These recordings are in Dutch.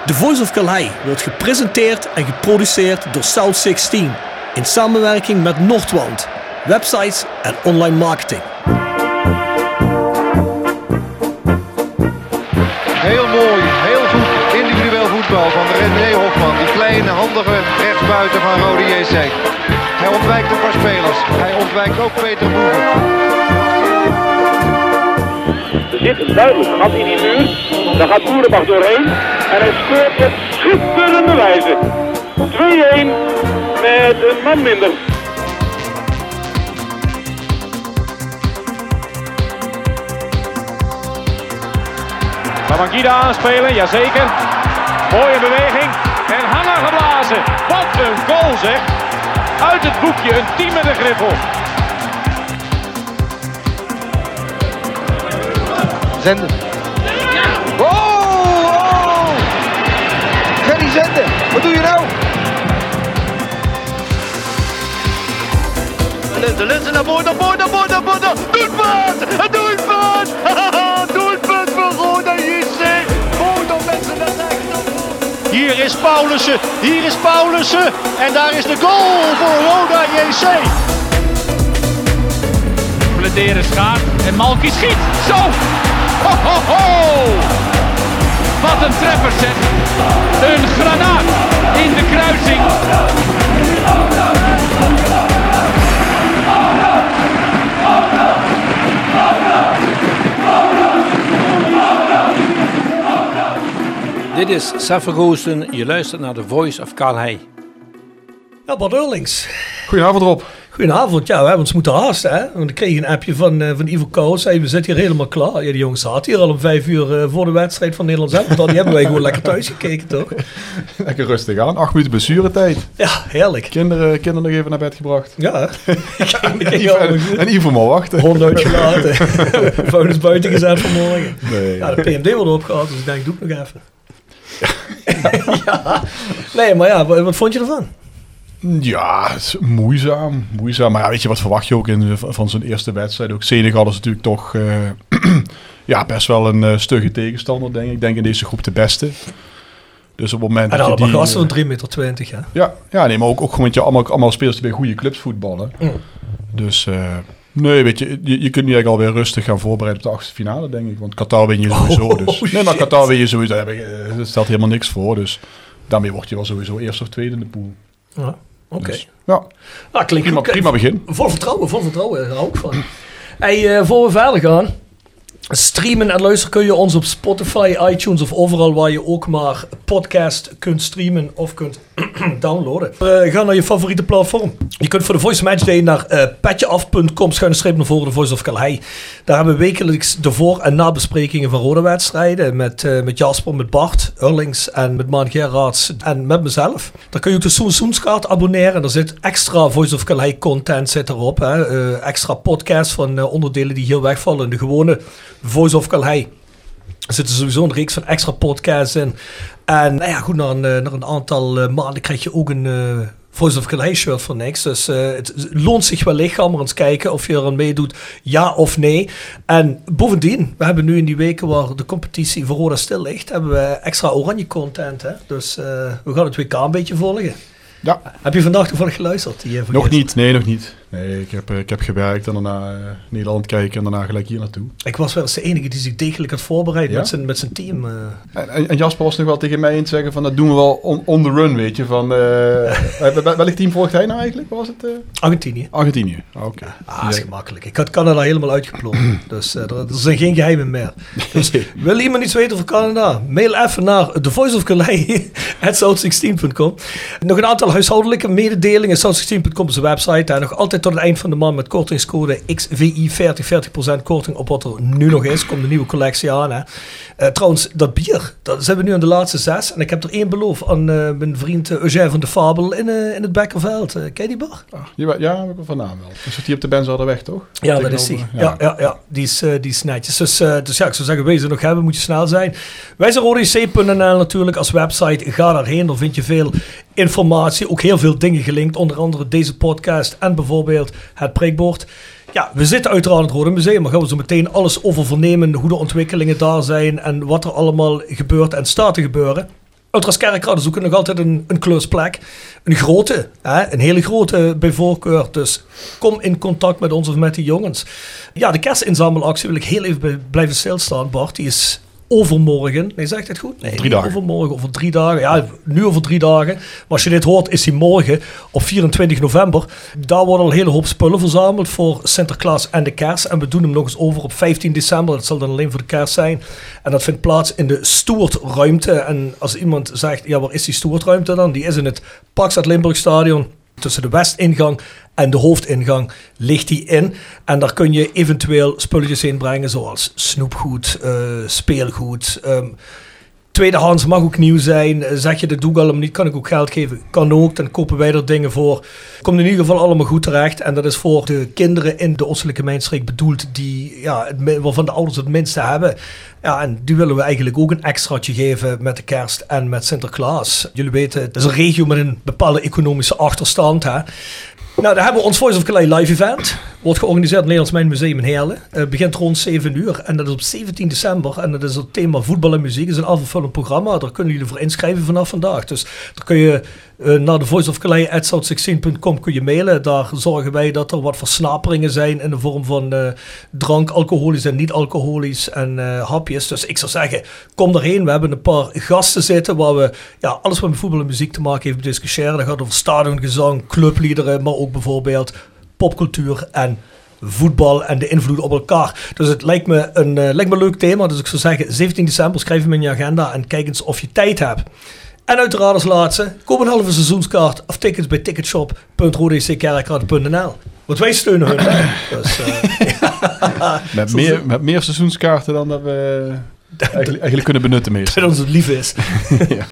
The Voice of Calais wordt gepresenteerd en geproduceerd door South 16 in samenwerking met Noordwand, websites en online marketing. Heel mooi, heel goed individueel voetbal van René Hofman, die kleine handige rechtsbuiten van Rode JC. Hij ontwijkt een paar spelers, hij ontwijkt ook Peter Boeven. Er zit een duidelijk gat in die muur. Daar gaat Boerenbach doorheen. En hij scoort op schitterende wijze. 2-1 met een man minder. Babangida aanspelen, jazeker. Mooie beweging. En Hanna geblazen. Wat een goal zeg. Uit het boekje, een team met een griffel. Zenden. Oh! Gerry Zenden, wat doe je nou? Linsen naar voren, naar voren. Doelpunt! Het doelpunt! Doelpunt voor Roda JC. Roda mensen naar rechts. Hier is Paulussen. En daar is de goal voor Roda JC. Blederen schaart en Malky schiet. Zo! Ho, ho, ho! Wat een treffer zeg. Een granaat in de kruising. Dit is Seffer Goosen, je luistert naar The Voice of Calais. Ja, Bart Eurlings. Goedenavond Rob. Goedenavond, ja, we hebben ons moeten haasten, hè. Want ik kreeg een appje van Ivo Kous, zei, we zitten hier helemaal klaar. Ja, die jongens zaten hier al om 5 uur voor de wedstrijd van Nederland zelf. Die hebben wij gewoon lekker thuis gekeken, toch? Lekker rustig aan, 8 minuten blessuretijd. Ja, heerlijk. Kinderen nog even naar bed gebracht. Ja, en Ivo maar wachten. Hond uitgelaten. Vuilnis buiten gezet vanmorgen. Nee. Ja, de PMD wordt opgehaald, dus ik denk, doe het nog even. Ja. Nee, maar ja, wat vond je ervan? Ja, het is moeizaam. Maar ja, weet je, wat verwacht je ook van zo'n eerste wedstrijd? Ook Senegal is natuurlijk toch ja, best wel een stugge tegenstander, denk ik. Ik denk in deze groep de beste. Dus op het moment en dat je die... gasten van 3,20 meter, ja. Ja, nee, maar ook gewoon met je allemaal spelers die bij goede clubs voetballen. Mm. Dus... nee, weet je, je kunt nu eigenlijk alweer rustig gaan voorbereiden op de achtste finale, denk ik. Want Qatar win je sowieso. Dus. Nee, maar Qatar win je sowieso. Er stelt helemaal niks voor. Dus daarmee word je wel sowieso eerst of tweede in de pool. Ja, oké. Dus, ja, klinkt prima begin. Vol vertrouwen, daar hou ik van. Hey, voor we verder gaan. Streamen en luisteren kun je ons op Spotify, iTunes of overal waar je ook maar podcast kunt streamen of kunt downloaden. Ga naar je favoriete platform. Je kunt voor de Voice Matchday naar petjeaf.com/naar voren de Voice of Calais. Daar hebben we wekelijks de voor- en nabesprekingen van rode wedstrijden met Jasper, met Bart, Eurlings en met Maan Gerards en met mezelf. Daar kun je ook de seizoenskaart abonneren. Er zit extra Voice of Calais content zit erop. Extra podcasts van onderdelen die hier wegvallen. De gewone Voice of Calais. Er zitten sowieso een reeks van extra podcasts in. En nou ja, goed, na een aantal maanden krijg je ook een Voice of Calais shirt voor niks. Dus het loont zich wellicht. Ga maar eens kijken of je er aan meedoet, ja of nee. En bovendien, we hebben nu in die weken waar de competitie voor Roda stil ligt, hebben we extra oranje content. Hè? Dus we gaan het WK een beetje volgen. Ja. Heb je vandaag toevallig geluisterd? Nog niet. Nee, ik heb gewerkt en daarna Nederland kijken en daarna gelijk hier naartoe. Ik was wel eens de enige die zich degelijk had voorbereid met zijn team. En Jasper was nog wel tegen mij in te zeggen van dat doen we wel on the run, weet je. Van, welk team volgt hij nou eigenlijk? Was het? Argentinië. Argentinië, oké. Dat is gemakkelijk. Ik had Canada helemaal uitgeploten. Dus er zijn geen geheimen meer. Dus wil iemand iets weten over Canada? Mail even naar thevoiceofcalais@south16.com. Nog een aantal huishoudelijke mededelingen. South16.com is de website. En nog altijd tot het eind van de maand met kortingscode XVI40, 40% korting op wat er nu nog is. Komt de nieuwe collectie aan. Hè. Trouwens, dat bier, dat zijn we nu aan de laatste 6. En ik heb er 1 beloofd aan mijn vriend Eugène van de Fabel in het Bekkerveld. Ken je die bar? Ja, heb ik van naam wel. Dus die op de Benzouderweg, toch? Ja, dat is die. Ja. Die is netjes. Dus ja, ik zou zeggen, wil je ze nog hebben, moet je snel zijn. Wij zijn rodec.nl natuurlijk als website. Ga daarheen, daar vind je veel informatie. Ook heel veel dingen gelinkt. Onder andere deze podcast en bijvoorbeeld het prikbord. Ja, we zitten uiteraard in het Rode Museum, maar gaan we zo meteen alles over vernemen, hoe de ontwikkelingen daar zijn en wat er allemaal gebeurt en staat te gebeuren. Ultras Kerkrade zoeken nog altijd een klusplek. Een grote, een hele grote bij voorkeur. Dus kom in contact met ons of met die jongens. Ja, de kerstinzamelactie wil ik heel even blijven stilstaan, Bart. Die is overmorgen. Nee, zeg ik het goed? Nee, 3 dagen. Overmorgen, over 3 dagen. Ja, nu over 3 dagen. Maar als je dit hoort, is die morgen op 24 november. Daar worden al een hele hoop spullen verzameld voor Sinterklaas en de kerst. En we doen hem nog eens over op 15 december. Dat zal dan alleen voor de kerst zijn. En dat vindt plaats in de Stuartruimte. En als iemand zegt, ja, waar is die Stuartruimte dan? Die is in het Pakstad Limburgstadion. Tussen de westingang en de hoofdingang ligt die in. En daar kun je eventueel spulletjes heen brengen, zoals snoepgoed, speelgoed. Tweedehands mag ook nieuw zijn. Zeg je, dat doe ik allemaal niet, kan ik ook geld geven? Kan ook, dan kopen wij er dingen voor. Komt in ieder geval allemaal goed terecht. En dat is voor de kinderen in de Oostelijke Mijnstreek bedoeld, die, ja, waarvan de ouders het minste hebben. Ja, en die willen we eigenlijk ook een extraatje geven met de kerst en met Sinterklaas. Jullie weten, het is een regio met een bepaalde economische achterstand, hè. Nou, daar hebben we ons Voice of Calais live event. Wordt georganiseerd in het Nederlands Mijn Museum in Heerlen. Begint rond 7 uur. En dat is op 17 december. En dat is het thema voetbal en muziek. Het is een avondvullend programma. Daar kunnen jullie voor inschrijven vanaf vandaag. Dus daar kun je naar de voiceofcalais@south16.com kun je mailen. Daar zorgen wij dat er wat versnaperingen zijn in de vorm van drank, alcoholisch en niet-alcoholisch en hapjes. Dus ik zou zeggen, kom erheen. We hebben een paar gasten zitten waar we alles wat met voetbal en muziek te maken heeft discussiëren. Dat gaat over stadiongezang, clubliederen, maar ook bijvoorbeeld popcultuur en voetbal en de invloed op elkaar. Dus het lijkt me een leuk thema. Dus ik zou zeggen, 17 december, schrijf hem in je agenda en kijk eens of je tijd hebt. En uiteraard als laatste, koop een halve seizoenskaart of tickets bij ticketshop.rodeckerkrade.nl. Want wij steunen hun. Dus, met meer seizoenskaarten dan dat we eigenlijk kunnen benutten meestal. Dat ons het lief is. Ja.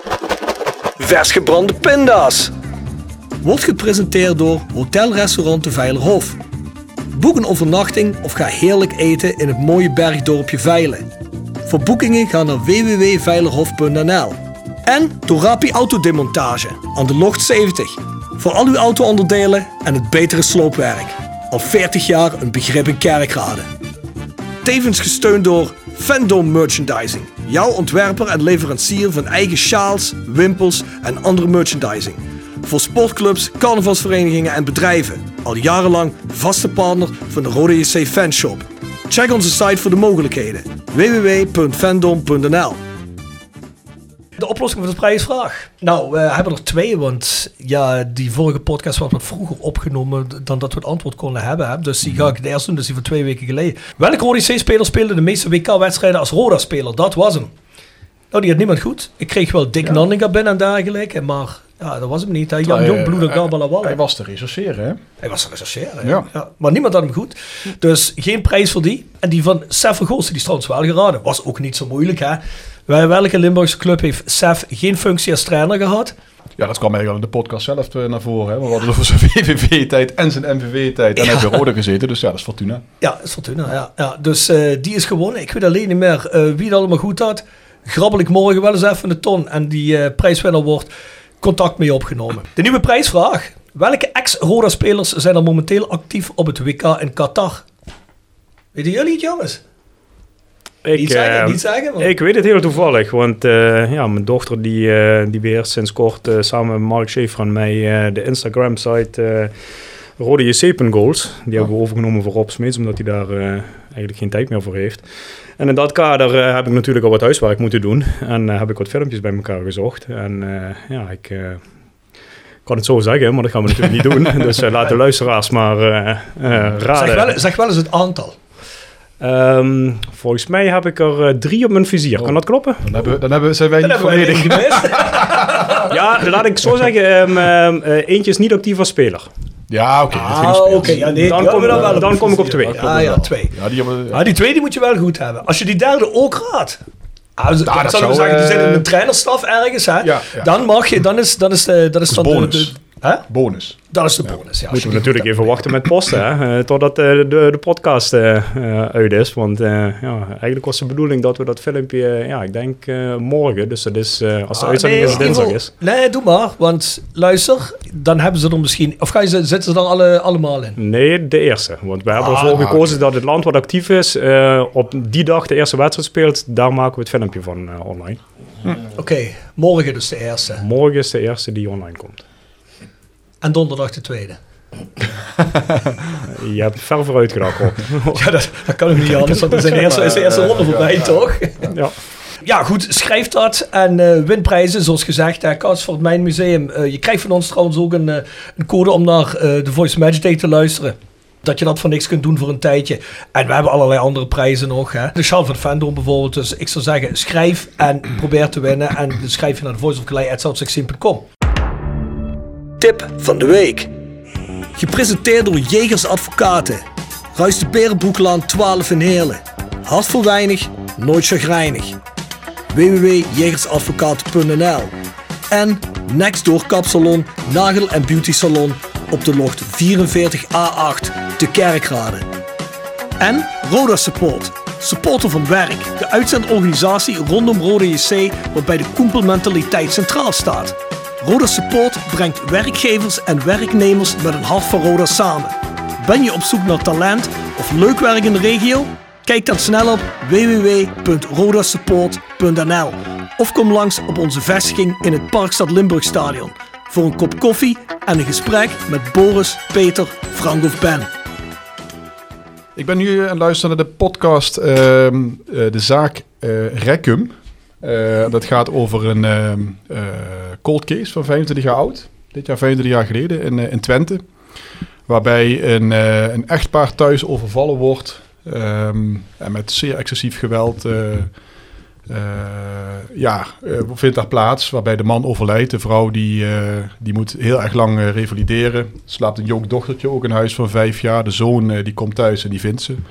Vers gebrande pinda's. Wordt gepresenteerd door Hotel-Restaurant de Veilerhof. Boek een overnachting of ga heerlijk eten in het mooie bergdorpje Veilen. Voor boekingen ga naar www.veilerhof.nl. En Torapi Autodemontage aan de Locht 70. Voor al uw auto-onderdelen en het betere sloopwerk. Al 40 jaar een begrip in Kerkrade. Tevens gesteund door Fandom Merchandising. Jouw ontwerper en leverancier van eigen sjaals, wimpels en andere merchandising. Voor sportclubs, carnavalsverenigingen en bedrijven. Al jarenlang vaste partner van de Rode JC Fanshop. Check onze site voor de mogelijkheden. www.fandom.nl. De oplossing voor de prijsvraag. Nou, we hebben er 2, want die vorige podcast was wat vroeger opgenomen dan dat we het antwoord konden hebben. Hè? Dus die ga ik het eerst doen, dus die van 2 weken geleden. Welke Rode JC-speler speelde de meeste WK-wedstrijden als Roda-speler? Dat was hem. Nou, die had niemand goed. Ik kreeg wel Dick Nanninga binnen en dergelijke, maar dat was hem niet. Hè? Jan Jongbloed en Gabalawal. Hij was te rechercheren, hè? Hij was te rechercheren, ja. Maar niemand had hem goed. Dus geen prijs voor die. En die van Sef Vergoosten, die is trouwens wel geraden. Was ook niet zo moeilijk, hè? Welke Limburgse club heeft Sef geen functie als trainer gehad? Ja, dat kwam eigenlijk al in de podcast zelf naar voren. Hè? We hadden over zijn VVV-tijd en zijn MVV-tijd. En hij heeft bij Roda gezeten, dus ja, dat is Fortuna. Ja, dat is Fortuna, ja. Dus die is gewonnen. Ik weet alleen niet meer wie het allemaal goed had. Grabbel ik morgen wel eens even de ton. En die prijswinnaar wordt contact mee opgenomen. De nieuwe prijsvraag. Welke ex-Roda-spelers zijn er momenteel actief op het WK in Qatar? Weten jullie het, jongens? Niet zeggen, man. Ik weet het heel toevallig, want mijn dochter die weer sinds kort samen met Mark Schaefer en mij de Instagram-site Rode JC.goals. Die hebben we overgenomen voor Rob Smeets, omdat hij daar eigenlijk geen tijd meer voor heeft. En in dat kader heb ik natuurlijk al wat huiswerk moeten doen en heb ik wat filmpjes bij elkaar gezocht. En ik kan het zo zeggen, maar dat gaan we natuurlijk niet doen. Dus laat de luisteraars maar raden. Zeg wel eens het aantal. Volgens mij heb ik er 3 op mijn vizier. Kan dat kloppen? Zijn wij niet volledig. Ja, laat ik zo zeggen. Eentje is niet actief als speler. Ja, oké. Dan kom ik op 2. Ja, 2. Die 2 die moet je wel goed hebben. Als je die derde ook raadt. Dat zou ik zeggen, die zit in een trainerstaf ergens. Hè? Ja. Dan mag je, dan is bonus. Bonus. Dat is de bonus, ja. Moeten we natuurlijk even wachten met posten, hè? Totdat de podcast uit is. Want eigenlijk was de bedoeling dat we dat filmpje, ik denk morgen. Dus dat is, als de uitzending is, dinsdag is. Nee, doe maar. Want luister, dan hebben ze er misschien... Of zitten ze er allemaal in? Nee, de eerste. Want we hebben ervoor gekozen dat het land wat actief is, op die dag de eerste wedstrijd speelt. Daar maken we het filmpje van online. Oké, morgen dus de eerste. Morgen is de eerste die online komt. En donderdag de tweede. Je hebt ver vooruit gedacht, Rob. Ja, dat kan ook niet anders, want is de eerste ronde voorbij, toch? Ja. Ja, goed, schrijf dat en win prijzen, zoals gezegd. Kaas voor het Mijnmuseum. Je krijgt van ons trouwens ook een code om naar The Voice Matchday te luisteren. Dat je dat voor niks kunt doen voor een tijdje. En we hebben allerlei andere prijzen nog. Hè. De Sjaal van de Fandom bijvoorbeeld. Dus ik zou zeggen, schrijf en probeer te winnen. En dan schrijf je naar thevoiceofkalei@south16.com. Tip van de week. Gepresenteerd door Jegers Advocaten. Ruist de Berenbroeklaan 12 in Heerlen. Hart voor weinig, nooit chagrijnig. www.jegersadvocaten.nl. En Nextdoor Kapsalon, Nagel en Beauty Salon op de locht 44A8 te Kerkrade. En Roda Support, supporter van werk, de uitzendorganisatie rondom Roda JC waarbij de koempelmentaliteit centraal staat. Roda Support brengt werkgevers en werknemers met een hart voor Roda samen. Ben je op zoek naar talent of leuk werk in de regio? Kijk dan snel op www.rodasupport.nl of kom langs op onze vestiging in het Parkstad Limburgstadion voor een kop koffie en een gesprek met Boris, Peter, Frank of Ben. Ik ben nu aan het luisteren naar de podcast De Zaak Reckum. Dat gaat over een cold case van 25 jaar oud. Dit jaar 25 jaar geleden in Twente. Waarbij een echtpaar thuis overvallen wordt. En met zeer excessief geweld vindt daar plaats. Waarbij de man overlijdt. De vrouw die moet heel erg lang revalideren. Slaapt een jong dochtertje ook in huis van 5 jaar. De zoon die komt thuis en die vindt ze.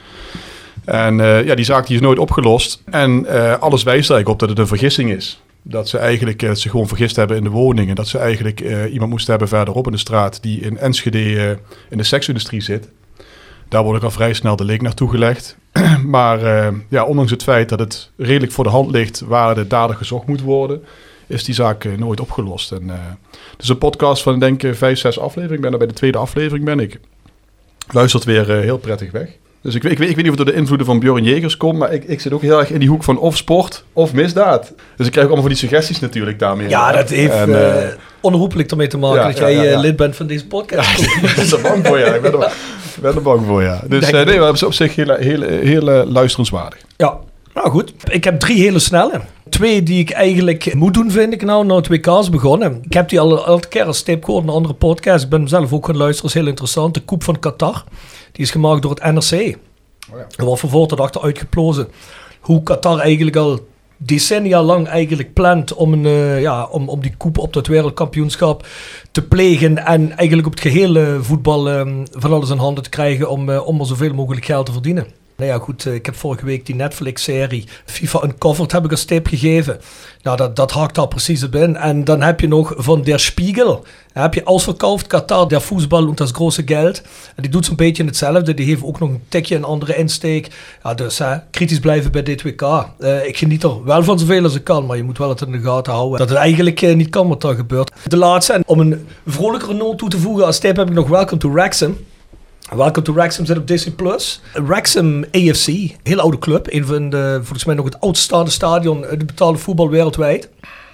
En die zaak die is nooit opgelost. En alles wijst er eigenlijk op dat het een vergissing is. Dat ze eigenlijk ze gewoon vergist hebben in de woning. En dat ze eigenlijk iemand moesten hebben verderop in de straat die in Enschede in de seksindustrie zit. Daar wordt ook al vrij snel de link naartoe gelegd. Maar ondanks het feit dat het redelijk voor de hand ligt waar de dader gezocht moet worden, is die zaak nooit opgelost. En het is een podcast van, denk ik, 5-6 afleveringen. Ik ben er bij de 2e aflevering ben ik. Luistert weer heel prettig weg. Dus ik weet niet of het door de invloeden van Björn Jegers komt, maar ik zit ook heel erg in die hoek van of sport of misdaad. Dus ik krijg ook allemaal van die suggesties natuurlijk daarmee. Ja, dat heeft onherroepelijk ermee te maken dat jij lid bent van deze podcast. Ja, ik ben er bang voor, ja. Ik ben er bang voor, ja. Dus we hebben op zich heel luisterenswaardig. Ja, nou goed. Ik heb 3 hele snelle. 2 die ik eigenlijk moet doen, vind ik nou 2 K's begonnen. Ik heb die al elke keer als tip gehoord in een andere podcast. Ik ben hem zelf ook gaan luisteren, is heel interessant. De Koep van Qatar. Die is gemaakt door het NRC. Er wordt van voor tot achter uitgeplozen hoe Qatar eigenlijk al decennia lang eigenlijk plant om die koep op dat wereldkampioenschap te plegen en eigenlijk op het gehele voetbal van alles in handen te krijgen om er zoveel mogelijk geld te verdienen. Nou ja, goed, ik heb vorige week die Netflix-serie FIFA Uncovered heb ik als tip gegeven. Nou, dat haakt daar precies op in. En dan heb je nog van Der Spiegel. Heb je ausverkauft Qatar, der Fußball und das große Geld. En die doet zo'n beetje hetzelfde. Die heeft ook nog een tikje een andere insteek. Ja, dus kritisch blijven bij dit WK. Ik geniet er wel van zoveel als ik kan, maar je moet wel het in de gaten houden dat het eigenlijk niet kan wat daar gebeurt. De laatste, en om een vrolijkere noot toe te voegen als tip heb ik nog Welcome to Wrexham. Welcome to Wrexham zit op Disney+. Wrexham AFC, heel oude club. Een van de, volgens mij nog het oudste staande stadion, de betaalde voetbal wereldwijd.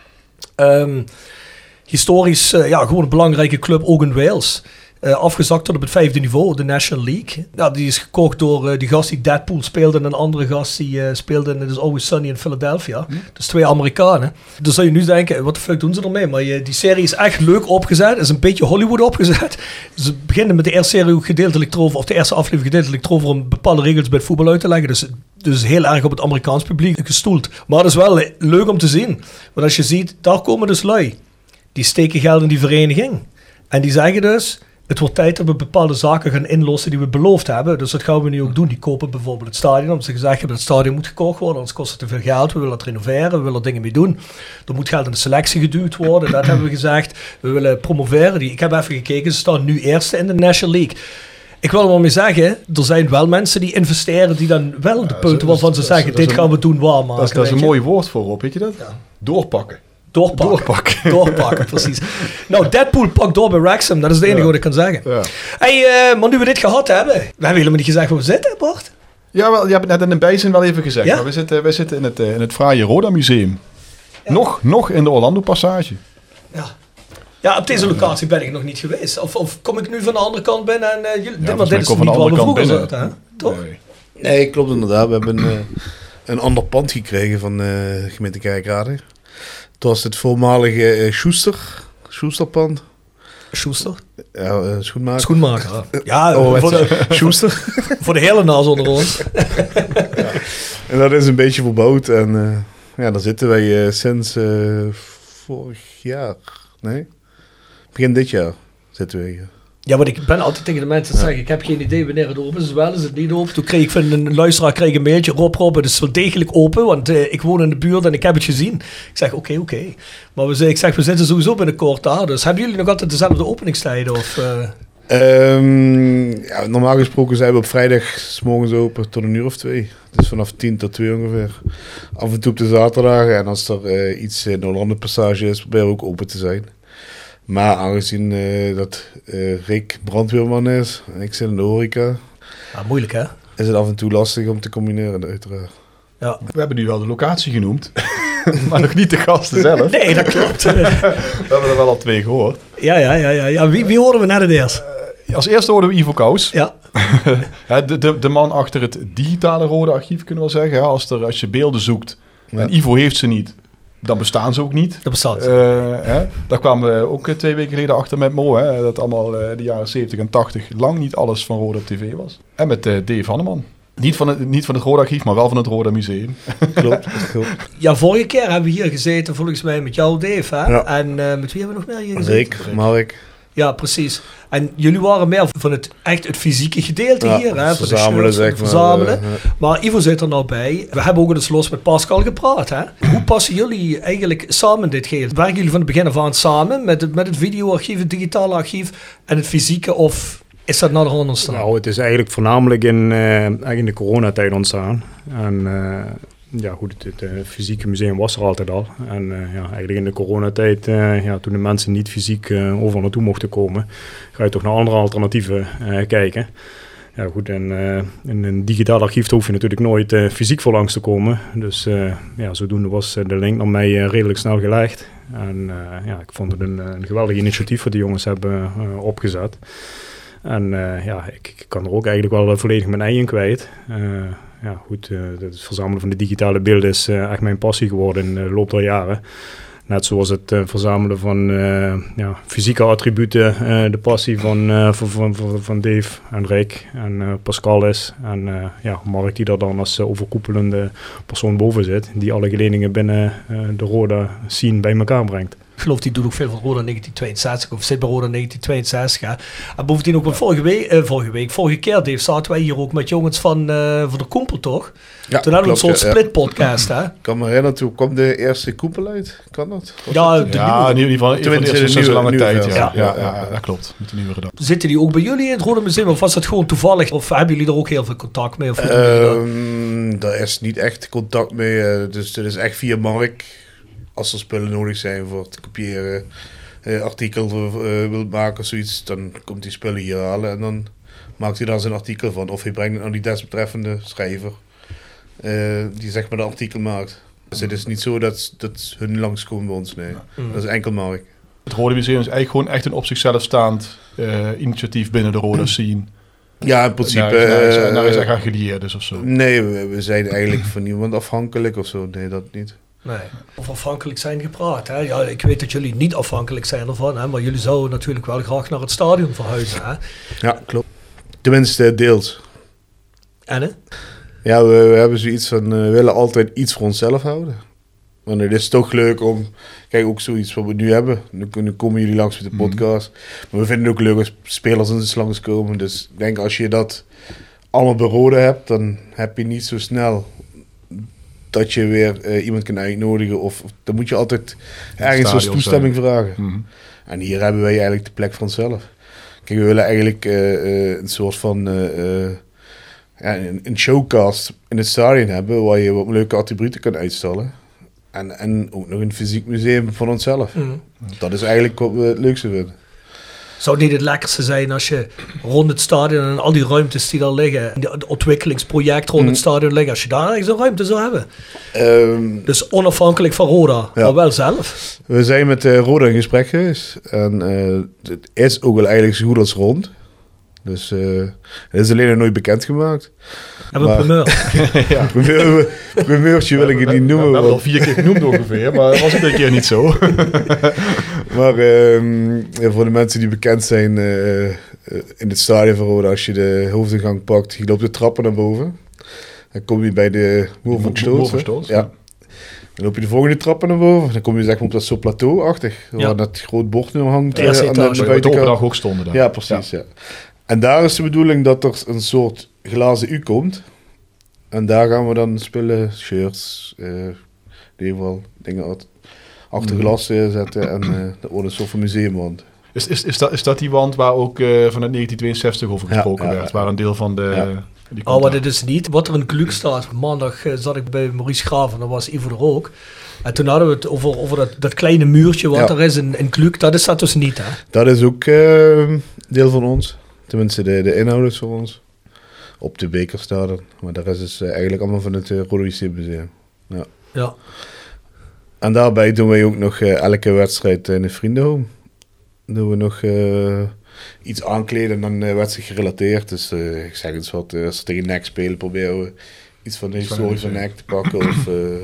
Historisch gewoon een belangrijke club, ook in Wales. Afgezakt tot op het 5e niveau, de National League. Ja, die is gekocht door die gast die Deadpool speelde en een andere gast die speelde in It Is Always Sunny in Philadelphia. Dus 2 Amerikanen. Dus zou je nu denken, wat de fuck doen ze ermee? Maar die serie is echt leuk opgezet, is een beetje Hollywood opgezet. Ze beginnen met de eerste serie ook gedeeltelijk erover, of de eerste aflevering gedeeltelijk erover om bepaalde regels bij het voetbal uit te leggen. Dus heel erg op het Amerikaans publiek gestoeld. Maar het is wel leuk om te zien. Want als je ziet, daar komen dus lui. Die steken geld in die vereniging. En die zeggen dus, het wordt tijd dat we bepaalde zaken gaan inlossen die we beloofd hebben. Dus dat gaan we nu ook doen. Die kopen bijvoorbeeld het stadion. Omdat ze gezegd hebben, het stadion moet gekocht worden. Anders kost het te veel geld. We willen het renoveren. We willen er dingen mee doen. Er moet geld in de selectie geduwd worden. Dat hebben we gezegd. We willen promoveren. Ik heb even gekeken. Ze staan nu eerste in de National League. Ik wil er maar mee zeggen, er zijn wel mensen die investeren die dan wel de punten waarvan ze zeggen, dit gaan we doen waarmaken. Dat is een mooi woord voor, Rob, weet je dat? Ja. Doorpakken. Doorpakken, precies. Nou, Deadpool pakt door bij Wrexham. Dat is het enige wat ik kan zeggen. Ja. Hey, maar nu we dit gehad hebben, we hebben helemaal niet gezegd waar we zitten, Bart. Ja, wel, je hebt het net in een bijzin wel even gezegd. Ja? Maar we zitten in het fraaie Roda Museum. Nog in de Orlando Passage. Ja, op deze locatie ben ik nog niet geweest. Of kom ik nu van de andere kant binnen en dit is van niet de waar andere we kant vroeger binnen. zaten, hè? Toch? Nee, klopt inderdaad. We hebben een ander pand gekregen van de gemeente Kerkrade. Het was het voormalige Schusterpand. Schuster? Ja, schoenmaker. Schoenmaker. Ja, Schuster. voor de hele naas onder ons. En dat is een beetje verbouwd. En daar zitten wij sinds vorig jaar. Nee, begin dit jaar zitten we hier. Ja, want ik ben altijd tegen de mensen te zeggen, ik heb geen idee wanneer het open is. Wel is het niet open. Toen kreeg ik van een luisteraar een mailtje, Rob, het is wel degelijk open, want ik woon in de buurt en ik heb het gezien. Ik zeg, oké. Maar we zitten sowieso binnenkort daar, dus hebben jullie nog altijd dezelfde openingstijden? Of, normaal gesproken zijn we op vrijdag 's morgens open tot 1:00 of 2:00. Dus vanaf 10 tot 2 ongeveer. Af en toe op de zaterdagen en als er iets in de Orlando Passage is, proberen we ook open te zijn. Maar aangezien dat Rick brandweerman is en ik zit in de horeca, moeilijk hè? is het af en toe lastig om te combineren uiteraard. Ja. We hebben nu wel de locatie genoemd, maar nog niet de gasten zelf. Nee, dat klopt. We hebben er wel al 2 gehoord. Ja. Wie horen we net het eerst? Als eerste hoorden we Ivo Kous. Ja. de man achter het digitale Rode Archief, kunnen we wel zeggen. Als je beelden zoekt en Ivo heeft ze niet, dan bestaan ze ook niet. Dat bestaat. Daar kwamen we ook 2 weken geleden achter met Mo. Dat allemaal de jaren 70 en 80 lang niet alles van Rode op tv was. En met Dave Hanneman. Niet van het Rode Archief, maar wel van het Rode Museum. Klopt. Ja, vorige keer hebben we hier gezeten, volgens mij met jou, Dave. Hè? Ja. En met wie hebben we nog meer hier gezeten? Rick, Mark. Ja, precies. En jullie waren meer van het fysieke gedeelte hier. Hè? Verzamelen, zeg maar. Verzamelen. Maar Ivo zit er nou bij. We hebben ook eens los met Pascal gepraat. Hè? Hoe passen jullie eigenlijk samen dit geheel? Werken jullie van het begin af aan samen met het videoarchief, het digitale archief en het fysieke? Of is dat nou de hand ontstaan? Nou, het is eigenlijk voornamelijk in de coronatijd ontstaan. En het fysieke museum was er altijd al. En eigenlijk in de coronatijd, toen de mensen niet fysiek overal naartoe mochten komen, ga je toch naar andere alternatieven kijken. Ja goed, en in een digitaal archief hoef je natuurlijk nooit fysiek voor langs te komen. Dus zodoende was de link naar mij redelijk snel gelegd. En ik vond het een geweldig initiatief wat de jongens hebben opgezet. En ik kan er ook eigenlijk wel volledig mijn ei in kwijt. Het verzamelen van de digitale beelden is echt mijn passie geworden in de loop der jaren. Net zoals het verzamelen van fysieke attributen, de passie van Dave en Rick en Pascal is. En Mark die daar dan als overkoepelende persoon boven zit, die alle geledingen binnen de Rode scene bij elkaar brengt. Ik geloof die doet ook veel van Roda 1962 of zit bij Roda 1962. Hè. En bovendien ook vorige keer Dave, zaten wij hier ook met jongens van de Koempel toch? Ja, toen hadden we een soort split podcast. Hè? Ik kan me herinneren, toen kwam de eerste Koempel uit. Kan dat? In ieder geval sinds een lange tijd. Ja, dat klopt. Met de nieuwe redactie. Zitten die ook bij jullie in het Rode Museum of was dat gewoon toevallig? Of hebben jullie er ook heel veel contact mee? Of daar is niet echt contact mee. Dus dit is echt via Mark. Als er spullen nodig zijn voor te kopiëren, artikel wilt maken of zoiets, dan komt die spullen hier halen en dan maakt hij daar zijn artikel van. Of hij brengt het naar die desbetreffende schrijver die zeg maar de artikel maakt. Dus het is niet zo dat hun langskomen bij ons, nee. Dat is enkel Mark. Het Rode Museum is eigenlijk gewoon echt een op zichzelf staand initiatief binnen de Rode scene. Ja, in principe. Daar is echt aan gelieerd dus of zo. Nee, we zijn eigenlijk van niemand afhankelijk of zo. Nee, dat niet. Nee, of afhankelijk zijn gepraat. Hè? Ja, ik weet dat jullie niet afhankelijk zijn ervan, hè? Maar jullie zouden natuurlijk wel graag naar het stadion verhuizen. Hè? Ja, klopt. Tenminste, deels. En hè? Ja, we hebben zoiets van, we willen altijd iets voor onszelf houden. Want het is toch leuk om, kijk ook zoiets wat we nu hebben. Nu komen jullie langs met de podcast. Maar we vinden het ook leuk als spelers eens langskomen. Dus ik denk als je dat allemaal beroden hebt, dan heb je niet zo snel dat je weer iemand kan uitnodigen. Of dan moet je altijd ergens als toestemming vragen. Mm-hmm. En hier hebben wij eigenlijk de plek voor onszelf. Kijk, we willen eigenlijk een soort van een showcast in het stadion hebben, waar je wat leuke attributen kan uitstellen. En ook nog een fysiek museum van onszelf. Mm. Dat is eigenlijk wat we het leukste vinden. Zou het niet het lekkerste zijn als je rond het stadion en al die ruimtes die daar liggen, en het ontwikkelingsproject rond het stadion liggen, als je daar ergens een ruimte zou hebben? Dus onafhankelijk van Roda, maar wel zelf. We zijn met Roda in gesprek geweest. En het is ook wel eigenlijk zo goed als rond. Dus het is alleen nog nooit bekendgemaakt. Hebben we een primeur? Primeurtje wil ik het niet noemen. We hebben al 4 keer genoemd ongeveer, maar dat was een keer niet zo. Maar voor de mensen die bekend zijn in het stadion van Roda, als je de hoofdingang pakt, je loopt de trappen naar boven. Dan kom je bij de Moer van Stolz. Ja. Dan loop je de volgende trappen naar boven. Dan kom je zeg maar op dat soort plateau-achtig, waar dat groot bord nu hangt. Aan de buitenkant. De dag ook stonden daar. Ja, precies. Ja. En daar is de bedoeling dat er een soort glazen U komt. En daar gaan we dan spullen, shirts, in ieder geval dingen achter glas zetten. En dat wordt een soort van museumwand. Is dat die wand waar ook vanuit 1962 over gesproken werd? Waar een deel van de... Ja. Maar dit is niet wat er in Kluk staat. Maandag zat ik bij Maurice Graven, dat was Ivo er ook. En toen hadden we het over dat kleine muurtje wat er is in Kluk. Dat is dat dus niet, hè? Dat is ook deel van ons. Tenminste, de inhoud is van ons. Op de beker staat er. Maar de rest is eigenlijk allemaal van het Roda JC Museum. Ja. En daarbij doen wij ook nog elke wedstrijd in een vriendenhome. Doen we nog iets aankleden en dan wedstrijd gerelateerd. Dus ik zeg eens wat, als we tegen NEC spelen, proberen we iets van de historie van NEC te pakken. Of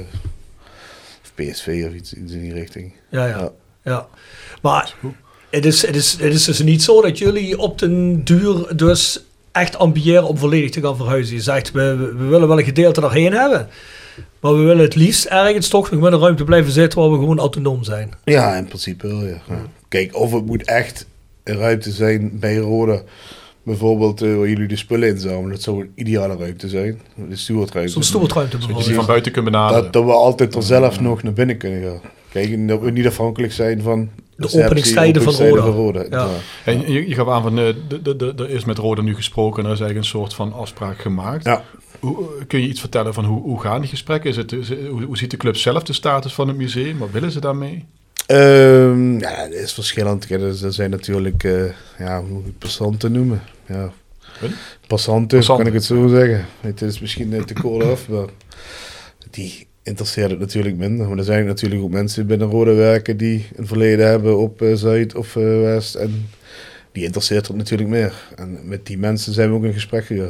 PSV of iets in die richting. Ja. Maar het is dus niet zo dat jullie op den duur dus echt ambiëren om volledig te gaan verhuizen. Je zegt, we willen wel een gedeelte daarheen hebben. Maar we willen het liefst ergens toch nog met een ruimte blijven zitten waar we gewoon autonoom zijn. Ja, in principe wel, ja. Kijk, of het moet echt een ruimte zijn bij Roda. Bijvoorbeeld waar jullie de spullen inzamelen. Dat zou een ideale ruimte zijn. De stewardruimte. Zo'n stewardruimte bijvoorbeeld. Dat je van buiten kunt benaderen. Dat we altijd er zelf nog naar binnen kunnen gaan. Kijk, en dat we niet afhankelijk zijn van de openingstijden van Roda. Ja. En je gaf aan van, er is met Roda nu gesproken en er is eigenlijk een soort van afspraak gemaakt. Ja. Kun je iets vertellen van hoe gaan die gesprekken? Hoe ziet de club zelf de status van het museum? Wat willen ze daarmee? Ja, dat is verschillend. Er zijn natuurlijk, hoe moet ik het passanten noemen? Ja. Passanten, kan ik het zo zeggen. Het is misschien te kort af, maar die interesseert het natuurlijk minder. Maar er zijn natuurlijk ook mensen binnen Roda werken die een verleden hebben op Zuid of West. En die interesseert het natuurlijk meer. En met die mensen zijn we ook in gesprek gegaan.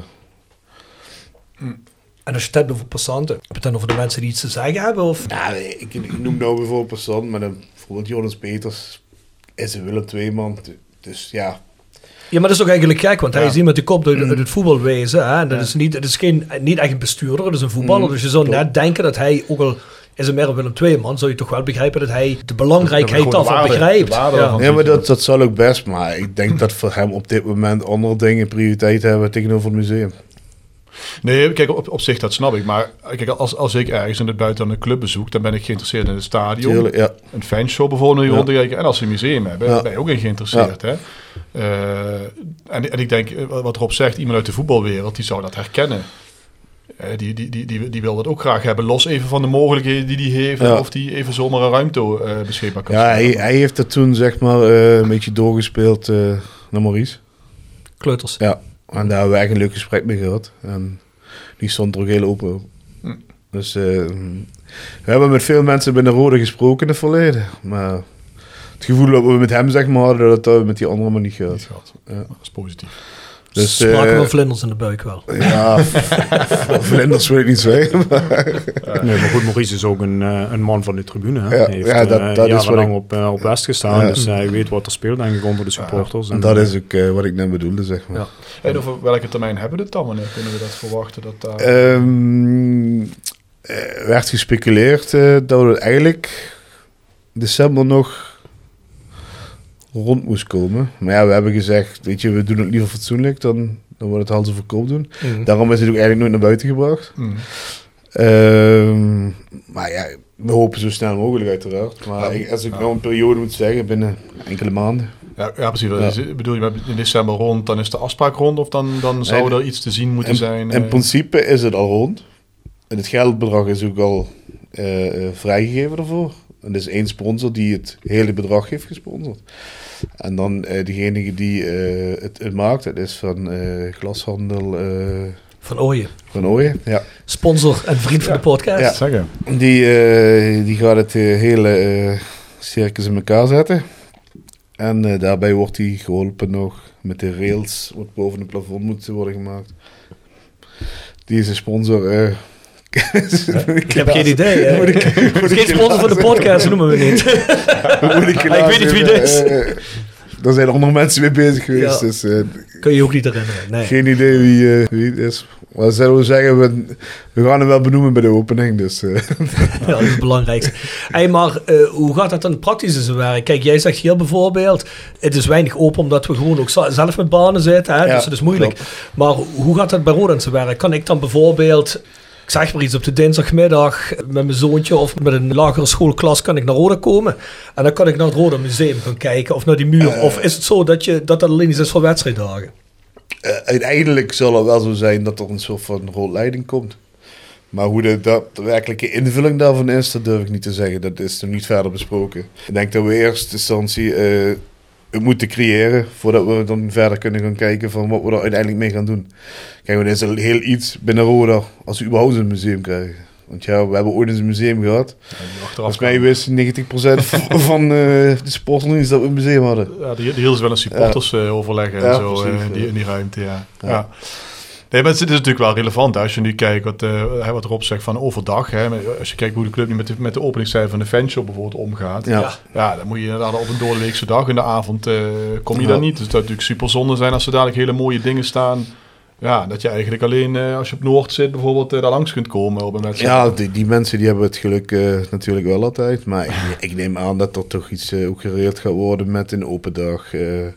En als je het hebt over passanten, heb je het dan over de mensen die iets te zeggen hebben? Of? Ja, ik noem nou bijvoorbeeld passant, maar dan bijvoorbeeld Jonas Peters is een Willem II-man. Dus ja. Ja, maar dat is ook eigenlijk gek, want hij is iemand die komt uit het voetbalwezen. Hè? En dat is niet echt een bestuurder, dat is een voetballer. Dus je zou net denken dat hij, ook al is een meer Willem II-man, zou je toch wel begrijpen dat hij de belangrijkheid daarvan begrijpt. Ja, maar dat zal ook best, maar ik denk dat voor hem op dit moment andere dingen prioriteit hebben tegenover het museum. Nee, kijk, op zich dat snap ik. Maar kijk, als ik ergens in het buitenland een club bezoek, dan ben ik geïnteresseerd in het stadion. Tuurlijk, ja. Een fanshow bijvoorbeeld rond te kijken. En als ze een museum hebben, ben je ook in geïnteresseerd. Ja. Hè? En ik denk, wat Rob zegt, iemand uit de voetbalwereld, die zou dat herkennen. Die wil dat ook graag hebben. Los even van de mogelijkheden die hij heeft. Of die even zomaar een ruimte beschikbaar kan zijn. Ja, hij heeft dat toen zeg maar een beetje doorgespeeld naar Maurice. Kleuters. Ja. En daar hebben we echt een leuk gesprek mee gehad. En die stond er ook heel open. Dus we hebben met veel mensen binnen Roda gesproken in het verleden. Maar het gevoel dat we met hem zeg maar hadden, dat we met die andere maar niet gehad. Ja. Dat is positief. Dus spraken we vlinders in de buik wel. Ja, vlinders wil ik niet zeggen. Nee, maar goed, Maurice is ook een man van de tribune. Hè? Ja, hij heeft dat is jarenlang op West gestaan. Dus hij weet wat er speelt, denk ik, onder de supporters. En dat is ook wat ik net bedoelde, zeg maar. Ja. En over welke termijn hebben we het dan? Wanneer kunnen we dat verwachten? Dat werd gespeculeerd dat we eigenlijk december nog rond moest komen. Maar ja, we hebben gezegd, weet je, we doen het liever fatsoenlijk dan wordt het hals over kop doen. Daarom is het ook eigenlijk nooit naar buiten gebracht. Maar ja, we hopen zo snel mogelijk uiteraard. Maar als ik nou een periode moet zeggen, binnen enkele maanden. Ja, precies. Ja. Bedoel je in december rond, dan is de afspraak rond of dan zou er iets te zien moeten zijn? In principe is het al rond. En het geldbedrag is ook al vrijgegeven ervoor. En er is 1 sponsor die het hele bedrag heeft gesponsord. En dan degene die het maakt, dat is van glashandel... Van Ooyen. Van Ooyen, ja. Sponsor en vriend van de podcast. Ja. Zeggen. Die gaat het hele circus in elkaar zetten. En daarbij wordt hij geholpen nog met de rails, wat boven het plafond moet worden gemaakt. Deze sponsor... ik heb geen idee. Het is geen sponsor van de podcast, noemen we niet. Ik weet niet wie dit is. Daar zijn andere mensen mee bezig geweest. Ja. Dus, kun je ook niet herinneren. Nee. Geen idee wie het is. Maar zullen we zeggen, we gaan hem wel benoemen bij de opening. Dus, Ja, dat is het belangrijkste. Hey, maar hoe gaat dat dan praktisch in zijn werk? Kijk, jij zegt hier bijvoorbeeld, het is weinig open omdat we gewoon ook zelf met banen zitten. Hè? Ja, dus dat is moeilijk. klopt. Maar hoe gaat dat bij Roda in zijn werk? Kan ik dan bijvoorbeeld... Ik zeg maar iets, op de dinsdagmiddag met mijn zoontje of met een lagere schoolklas kan ik naar Roda komen. En dan kan ik naar het Roda Museum gaan kijken of naar die muur. Of is het zo dat alleen iets is voor wedstrijddagen? Uiteindelijk zal het wel zo zijn dat er een soort van rolleiding komt. Maar hoe de werkelijke invulling daarvan is, dat durf ik niet te zeggen. Dat is nog niet verder besproken. Ik denk dat we in eerste instantie het moeten creëren voordat we dan verder kunnen gaan kijken van wat we er uiteindelijk mee gaan doen. Kijk, er is al heel iets binnen Roda als we überhaupt een museum krijgen. Want ja, we hebben ooit eens een museum gehad. Volgens mij wist 90% van de supporters niet dat we een museum hadden. Ja, die hielden wel een supporters overleggen en zo precies, in die ruimte, ja. Nee, maar het is natuurlijk wel relevant. Hè? Als je nu kijkt wat Rob zegt van overdag. Hè? Als je kijkt hoe de club nu met de openingscijfer van de fanshop bijvoorbeeld omgaat. Ja, dan moet je inderdaad op een doordeweekse dag in de avond kom je daar niet. Dus dat zou natuurlijk super zonde zijn als er dadelijk hele mooie dingen staan. Ja, dat je eigenlijk alleen als je op Noord zit bijvoorbeeld daar langs kunt komen op een wedstrijd. Ja, die mensen die hebben het geluk natuurlijk wel altijd. Maar ik neem aan dat er toch iets ook geregeld gaat worden met een open dag.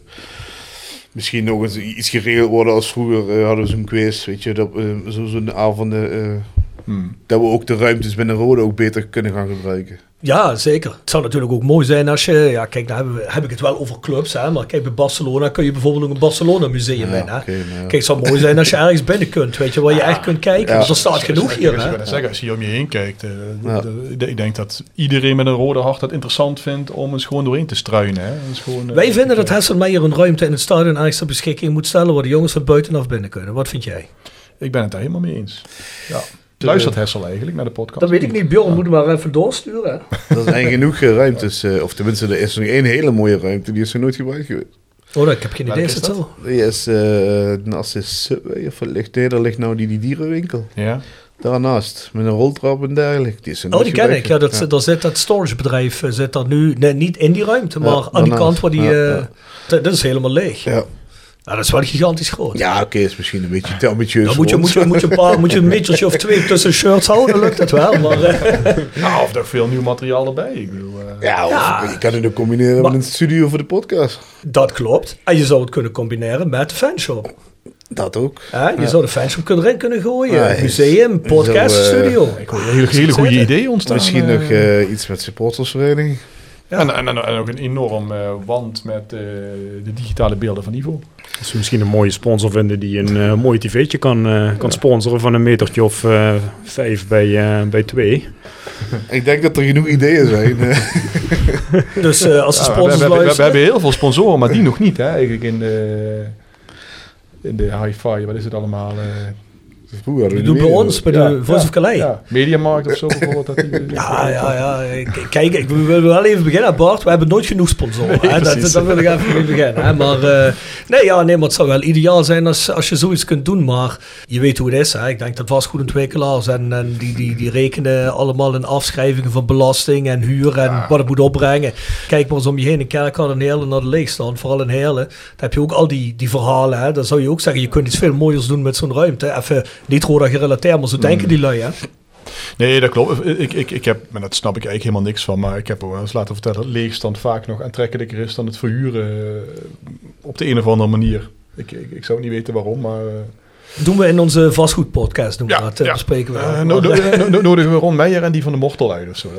Misschien nog eens iets geregeld worden als vroeger hadden we zo'n quiz, weet je, dat we zo'n avonden, dat we ook de ruimtes binnen Roda ook beter kunnen gaan gebruiken. Ja, zeker. Het zou natuurlijk ook mooi zijn als je... Ja, kijk, nou heb ik het wel over clubs, hè. Maar kijk, bij Barcelona kun je bijvoorbeeld ook een Barcelona-museum in, hè. Kijk, het zou mooi zijn als je ergens binnen kunt, weet je, waar je echt kunt kijken. Want er staat genoeg hier, hè. Als je om je heen kijkt, ik denk dat iedereen met een rode hart het interessant vindt om eens gewoon doorheen te struinen, hè. Wij vinden dat Hesselmeijer een ruimte in het stadion eigenlijk ter beschikking moet stellen waar de jongens van buitenaf binnen kunnen. Wat vind jij? Ik ben het daar helemaal mee eens. Ja. Luistert Hessel eigenlijk naar de podcast? Dat weet ik niet. Bjorn moet hem maar even doorsturen. Hè? Er zijn genoeg ruimtes. Of tenminste, er is nog één hele mooie ruimte. Die is er nooit gebruikt geweest. Oh, ik heb geen idee. Is het zo? Die is naast de Subway. Of daar ligt nou die dierenwinkel. Ja. Daarnaast. Met een roltrap en dergelijke. Die ken ik. Ja, daar zit dat storagebedrijf zit daar nu. Nee, niet in die ruimte, maar aan die kant waar die... Dat is helemaal leeg. Ja. Nou, dat is wel gigantisch groot. Ja, oké, is misschien een beetje te ambitieus. Dan moet je een metertje of 2 tussen shirts houden, dan lukt dat wel. Maar, of er veel nieuw materiaal erbij. Ik bedoel, je kan het ook combineren met een studio voor de podcast. Dat klopt. En je zou het kunnen combineren met de fanshop. Dat ook. Je zou de fanshop erin kunnen gooien. Museum, podcast, studio. Ik hoor een hele goede idee ontstaan. Misschien nog iets met supportersvereniging. Ja. En ook een enorm wand met de digitale beelden van Ivo. Als we misschien een mooie sponsor vinden die een mooi tv'tje kan sponsoren van een metertje of 5 bij 2. Ik denk dat er genoeg ideeën zijn. Dus als de sponsors luisteren... We hebben heel veel sponsoren, maar die nog niet. Hè? Eigenlijk in de hi-fi, wat is het allemaal... Die doen bij ons, bij de Voice of Calais. Ja, Mediamarkt of zo bijvoorbeeld. Kijk, ik wil wel even beginnen, Bart. We hebben nooit genoeg sponsoren. Nee, dat wil ik even mee beginnen. Hè. Maar, maar het zou wel ideaal zijn als je zoiets kunt doen. Maar je weet hoe het is. Hè. Ik denk dat vastgoedontwikkelaars en die rekenen allemaal in afschrijvingen van belasting en huur en wat het moet opbrengen. Kijk maar eens om je heen. In Kerkrade en Heerlen naar de leegstand. Vooral in Heerlen. Dan heb je ook al die verhalen. Hè. Dan zou je ook zeggen, je kunt iets veel mooiers doen met zo'n ruimte. Even niet Roda gerelateerd, maar zo denken die lui, hè? Nee, dat klopt. Ik heb, maar dat snap ik eigenlijk helemaal niks van, maar ik heb ook wel eens laten vertellen dat leegstand vaak nog aantrekkelijker is dan het verhuren op de een of andere manier. Ik zou niet weten waarom, maar... Doen we in onze vastgoedpodcast, bespreken we. Nodigen we Ron Meijer en die van de Mortel uit of zo.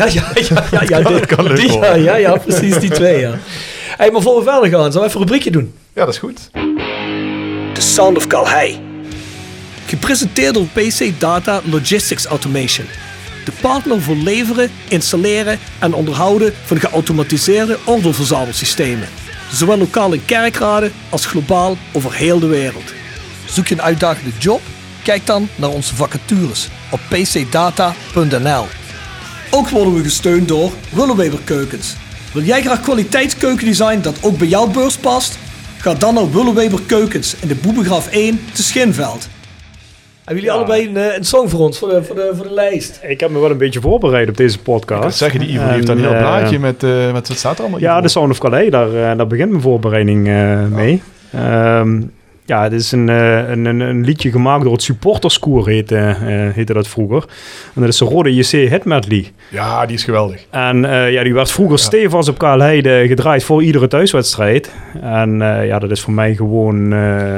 Dat kan leuk worden. Ja, precies, die twee, ja. Hey, maar voor we verder gaan, zullen we even een rubriekje doen? Ja, dat is goed. The Sound of Calais. Gepresenteerd door PC Data Logistics Automation. de partner voor leveren, installeren en onderhouden van geautomatiseerde ordeelverzamelsystemen. Zowel lokaal in Kerkrade als globaal over heel de wereld. Zoek je een uitdagende job? Kijk dan naar onze vacatures op pcdata.nl. Ook worden we gesteund door Willeweber Keukens. Wil jij graag kwaliteitskeukendesign dat ook bij jouw beurs past? Ga dan naar Willeweber Keukens in de Boebegraaf 1 te Schinveld. Hebben jullie allebei een song voor ons, voor de lijst? Ik heb me wel een beetje voorbereid op deze podcast. Ik kan zeggen, die Ivo die heeft een heel blaadje met wat staat er allemaal? Ja, Ivo? de Sound of Calais, daar begint mijn voorbereiding mee. Ja, het is een liedje gemaakt door het Supporterskoor, heette dat vroeger. En dat is de Rode JC Hit Medley. Ja, die is geweldig. En die werd vroeger stevast op Kaalheide gedraaid voor iedere thuiswedstrijd. En dat is voor mij gewoon...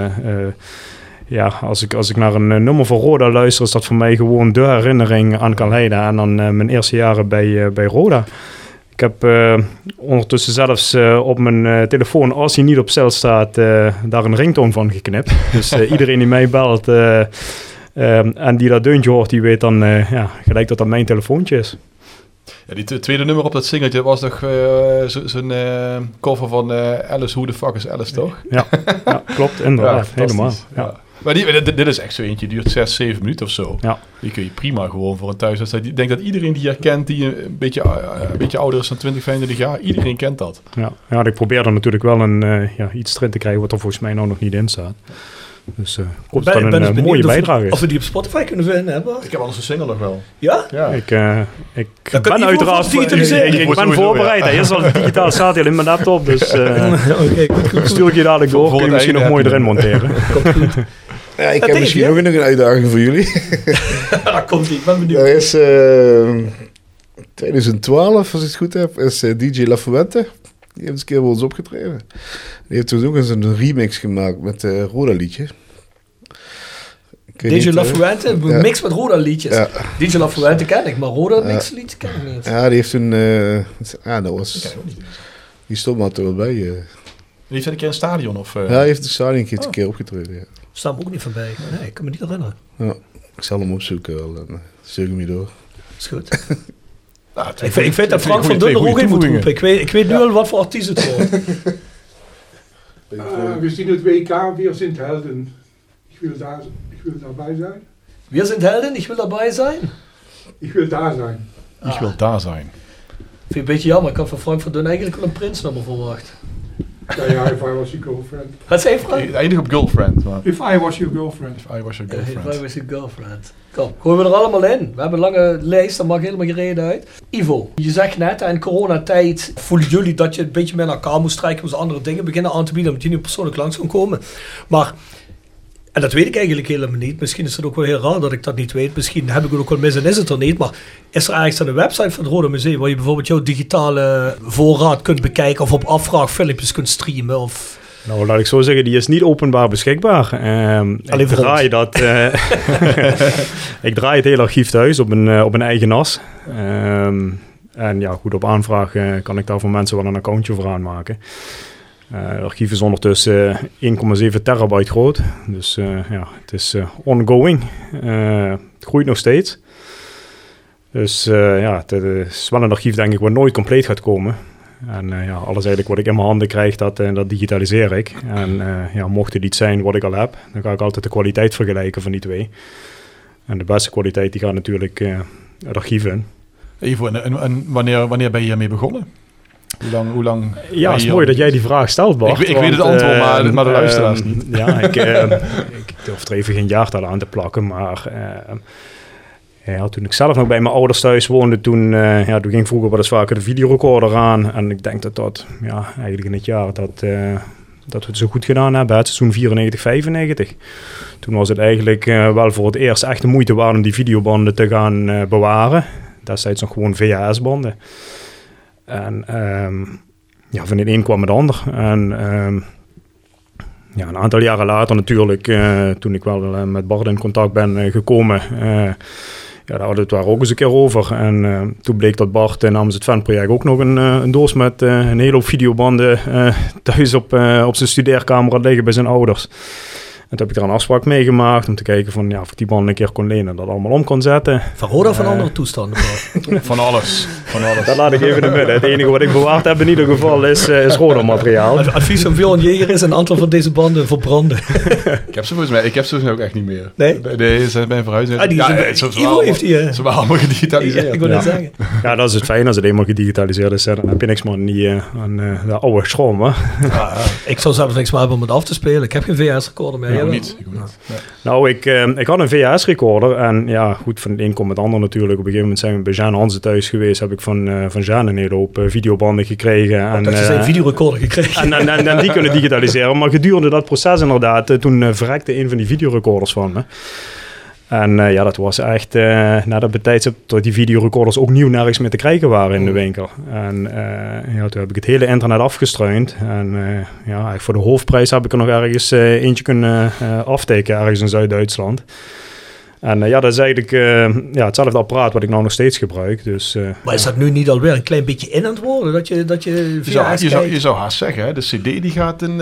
als ik naar een nummer van Roda luister, is dat voor mij gewoon de herinnering aan Kaalheide. En dan mijn eerste jaren bij Roda. Ik heb ondertussen zelfs op mijn telefoon, als hij niet op cel staat, daar een ringtoon van geknipt. Dus iedereen die mij belt en die dat deuntje hoort, die weet dan gelijk dat dat mijn telefoontje is. Ja, die tweede nummer op dat singeltje was toch zo'n cover van Alice, Who the Fuck is Alice, toch? Ja, klopt, inderdaad, helemaal. Ja. Maar dit is echt zo eentje, die duurt 6-7 minuten of zo. Ja. Die kun je prima gewoon voor een thuiswedstrijd. Ik denk dat iedereen die herkent, die een beetje ouder is dan 20, 25 jaar, iedereen kent dat. Ja, ik probeer er natuurlijk wel iets erin te krijgen wat er volgens mij nou nog niet in staat. Dus komt dan een mooie bijdrage. Of we die op Spotify kunnen vinden, hè? Ik heb anders een single nog wel. Ja? Ik ben uiteraard ik ben voorbereid. Hij is al digitaal, staat hij in mijn laptop. Dus goed. Stuur ik je dadelijk door. Kun je misschien nog mooi erin monteren. Komt goed. Ja, ik heb misschien nog een uitdaging voor jullie. Dat komt niet, ik ben benieuwd. Dat is 2012, als ik het goed heb, is DJ La Fuente. Die heeft eens een keer bij ons opgetreden. Die heeft toen ook eens een remix gemaakt met Roda liedje. DJ La Fuente, een mix met Roda liedjes. Ja. DJ La Fuente ken ik, maar Roda mix liedjes ken ik niet. Ja, die heeft toen... dat was... Die stond maar er wel bij. Die heeft een keer een stadion of... Ja, hij heeft een stadion een keer opgetreden, ja. Staan we ook niet van bij. Nee, ik kan me niet herinneren. Ja, ik zal hem opzoeken wel. Dan stuur ik hem je door. Is goed. Ik vind dat Frank van Dunder ook in moet roepen. Ik weet nu al wat voor artiest het wordt. We zien het WK, weer zijn helden. Ik wil daarbij zijn. Wir sind Helden, ich will dabei sein? Ik wil daar zijn. Ik wil daar zijn. Vind je een beetje jammer, ik had van Frank van Dunder eigenlijk wel een Prince-nummer verwacht. Ja, if I was your girlfriend. Wat zei Frank? Eindig op girlfriend. Maar. If I was your girlfriend. If I was your girlfriend. If I was your girlfriend. Kom, gooien we er allemaal in. We hebben een lange lijst, daar mag helemaal geen reden uit. Ivo, je zegt net, in coronatijd voelen jullie dat je een beetje met elkaar moest strijken, moest andere dingen beginnen aan te bieden, omdat je niet persoonlijk langs kon komen. Maar, en dat weet ik eigenlijk helemaal niet. Misschien is het ook wel heel raar dat ik dat niet weet. Misschien heb ik het ook wel mis en is het er niet. Maar is er ergens aan de website van het Roda Museum waar je bijvoorbeeld jouw digitale voorraad kunt bekijken of op afvraagfilmpjes kunt streamen? Of... Nou, laat ik zo zeggen, die is niet openbaar beschikbaar. Ik draai dat. Ik draai het hele archief thuis op een eigen NAS. En ja, goed, op aanvraag kan ik daar voor mensen wel een accountje voor aanmaken. Het archief is ondertussen 1,7 terabyte groot. Dus het is ongoing. Het groeit nog steeds. Dus het is wel een archief, denk ik, wat nooit compleet gaat komen. En alles eigenlijk wat ik in mijn handen krijg, dat digitaliseer ik. En mocht het iets zijn wat ik al heb, dan ga ik altijd de kwaliteit vergelijken van die twee. En de beste kwaliteit die gaat natuurlijk het archief in. Ivo, en wanneer ben je hiermee begonnen? Hoe lang ja, het is mooi dat jij die vraag stelt, Bart. Ik weet het antwoord, maar de luisteraars niet. Ja, ik durf er even geen jaartal aan te plakken, maar... toen ik zelf nog bij mijn ouders thuis woonde, toen ging vroeger wel eens vaker de videorecorder aan. En ik denk dat eigenlijk in het jaar dat we het zo goed gedaan hebben, het seizoen 94-95. Toen was het eigenlijk wel voor het eerst echt de moeite waard om die videobanden te gaan bewaren. Destijds nog gewoon VHS-banden. En van het een kwam het ander. En een aantal jaren later natuurlijk, toen ik wel met Bart in contact ben gekomen... daar hadden we het daar ook eens een keer over. En toen bleek dat Bart namens het fanproject ook nog een doos met een hele hoop videobanden thuis op zijn studeerkamer had liggen bij zijn ouders. En toen heb ik er een afspraak mee gemaakt om te kijken van, of ik die band een keer kon lenen en dat allemaal om kon zetten. Van Roda of van andere toestanden? Van alles. Dat laat ik even in de midden. Het enige wat ik bewaard heb in ieder geval is Roda materiaal. Advies van Bjorn Jeger is een aantal van deze banden verbranden. Ik heb ze volgens mij ook echt niet meer. Nee? Nee, ze zijn vooruit. Ivo heeft die... Ze waren allemaal geddigitaliseerd. Ja, ik wil net zeggen. Ja, dat is het fijn als het eenmaal geddigitaliseerd is. Dan heb je niks meer aan de oude schroom. Hè? Ik zou zelfs niks meer hebben om het af te spelen. Ik heb geen VHS-recorder meer. Ik ook niet. Nee. Nou, ik had een VHS-recorder en ja, goed, van het een komt het ander natuurlijk. Op een gegeven moment zijn we bij Jean Hansen thuis geweest. Heb ik van Jean een hele hoop videobanden gekregen. Dat je zijn videorecorder gekregen. En die kunnen digitaliseren. Maar gedurende dat proces inderdaad, toen verrekte een van die videorecorders van me. En dat was echt na dat betijdstip dat die videorecorders ook nieuw nergens meer te krijgen waren in de winkel. En toen heb ik het hele internet afgestruind. En eigenlijk voor de hoofdprijs heb ik er nog ergens eentje kunnen aftekenen, ergens in Zuid-Duitsland. En dat is eigenlijk hetzelfde apparaat wat ik nou nog steeds gebruik. Dus, maar is dat nu niet alweer een klein beetje in aan het worden? Je zou haast zeggen, hè? De CD die gaat een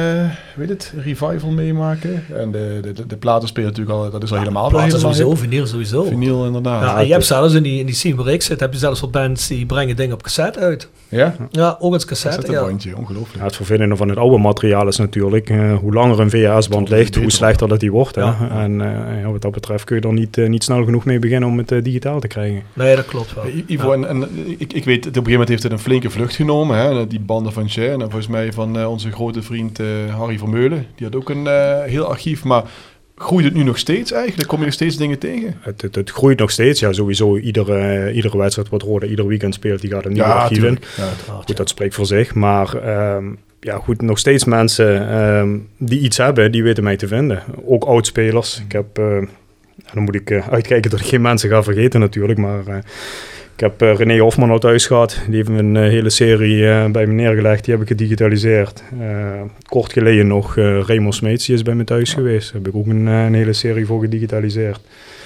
revival meemaken. En de platenspeler natuurlijk al, dat is al helemaal bij. Vinyl sowieso. Vinyl inderdaad. Ja, en je hebt zelfs in die scene waar ik zit, heb je zelfs voor bands die brengen dingen op cassette uit. Ja? Ja, ook als cassette. Dat bandje, ongelooflijk. Ja, het vervelende van het oude materiaal is natuurlijk, hoe langer een VHS-band ligt, hoe slechter dat die wordt. Ja. Hè? En wat dat betreft kun je er niet snel genoeg mee beginnen om het digitaal te krijgen. Nee, dat klopt wel. Ivo, en ik weet, op een gegeven moment heeft het een flinke vlucht genomen, hè? Die banden van Cher. En volgens mij van onze grote vriend Harry Vermeulen. Die had ook een heel archief, maar groeit het nu nog steeds eigenlijk? Kom je nog steeds dingen tegen? Het groeit nog steeds, ja, sowieso. Iedere wedstrijd wat Roda ieder weekend speelt, die gaat een nieuw archief in. Ja, goed, dat spreekt voor zich, maar... nog steeds mensen die iets hebben, die weten mij te vinden. Ook oudspelers. Ik heb... dan moet ik uitkijken dat ik geen mensen ga vergeten natuurlijk, maar ik heb René Hofman al thuis gehad. Die heeft een hele serie bij me neergelegd, die heb ik gedigitaliseerd. Kort geleden nog Raymond Smeets, die is bij me thuis geweest. Daar heb ik ook een hele serie voor gedigitaliseerd.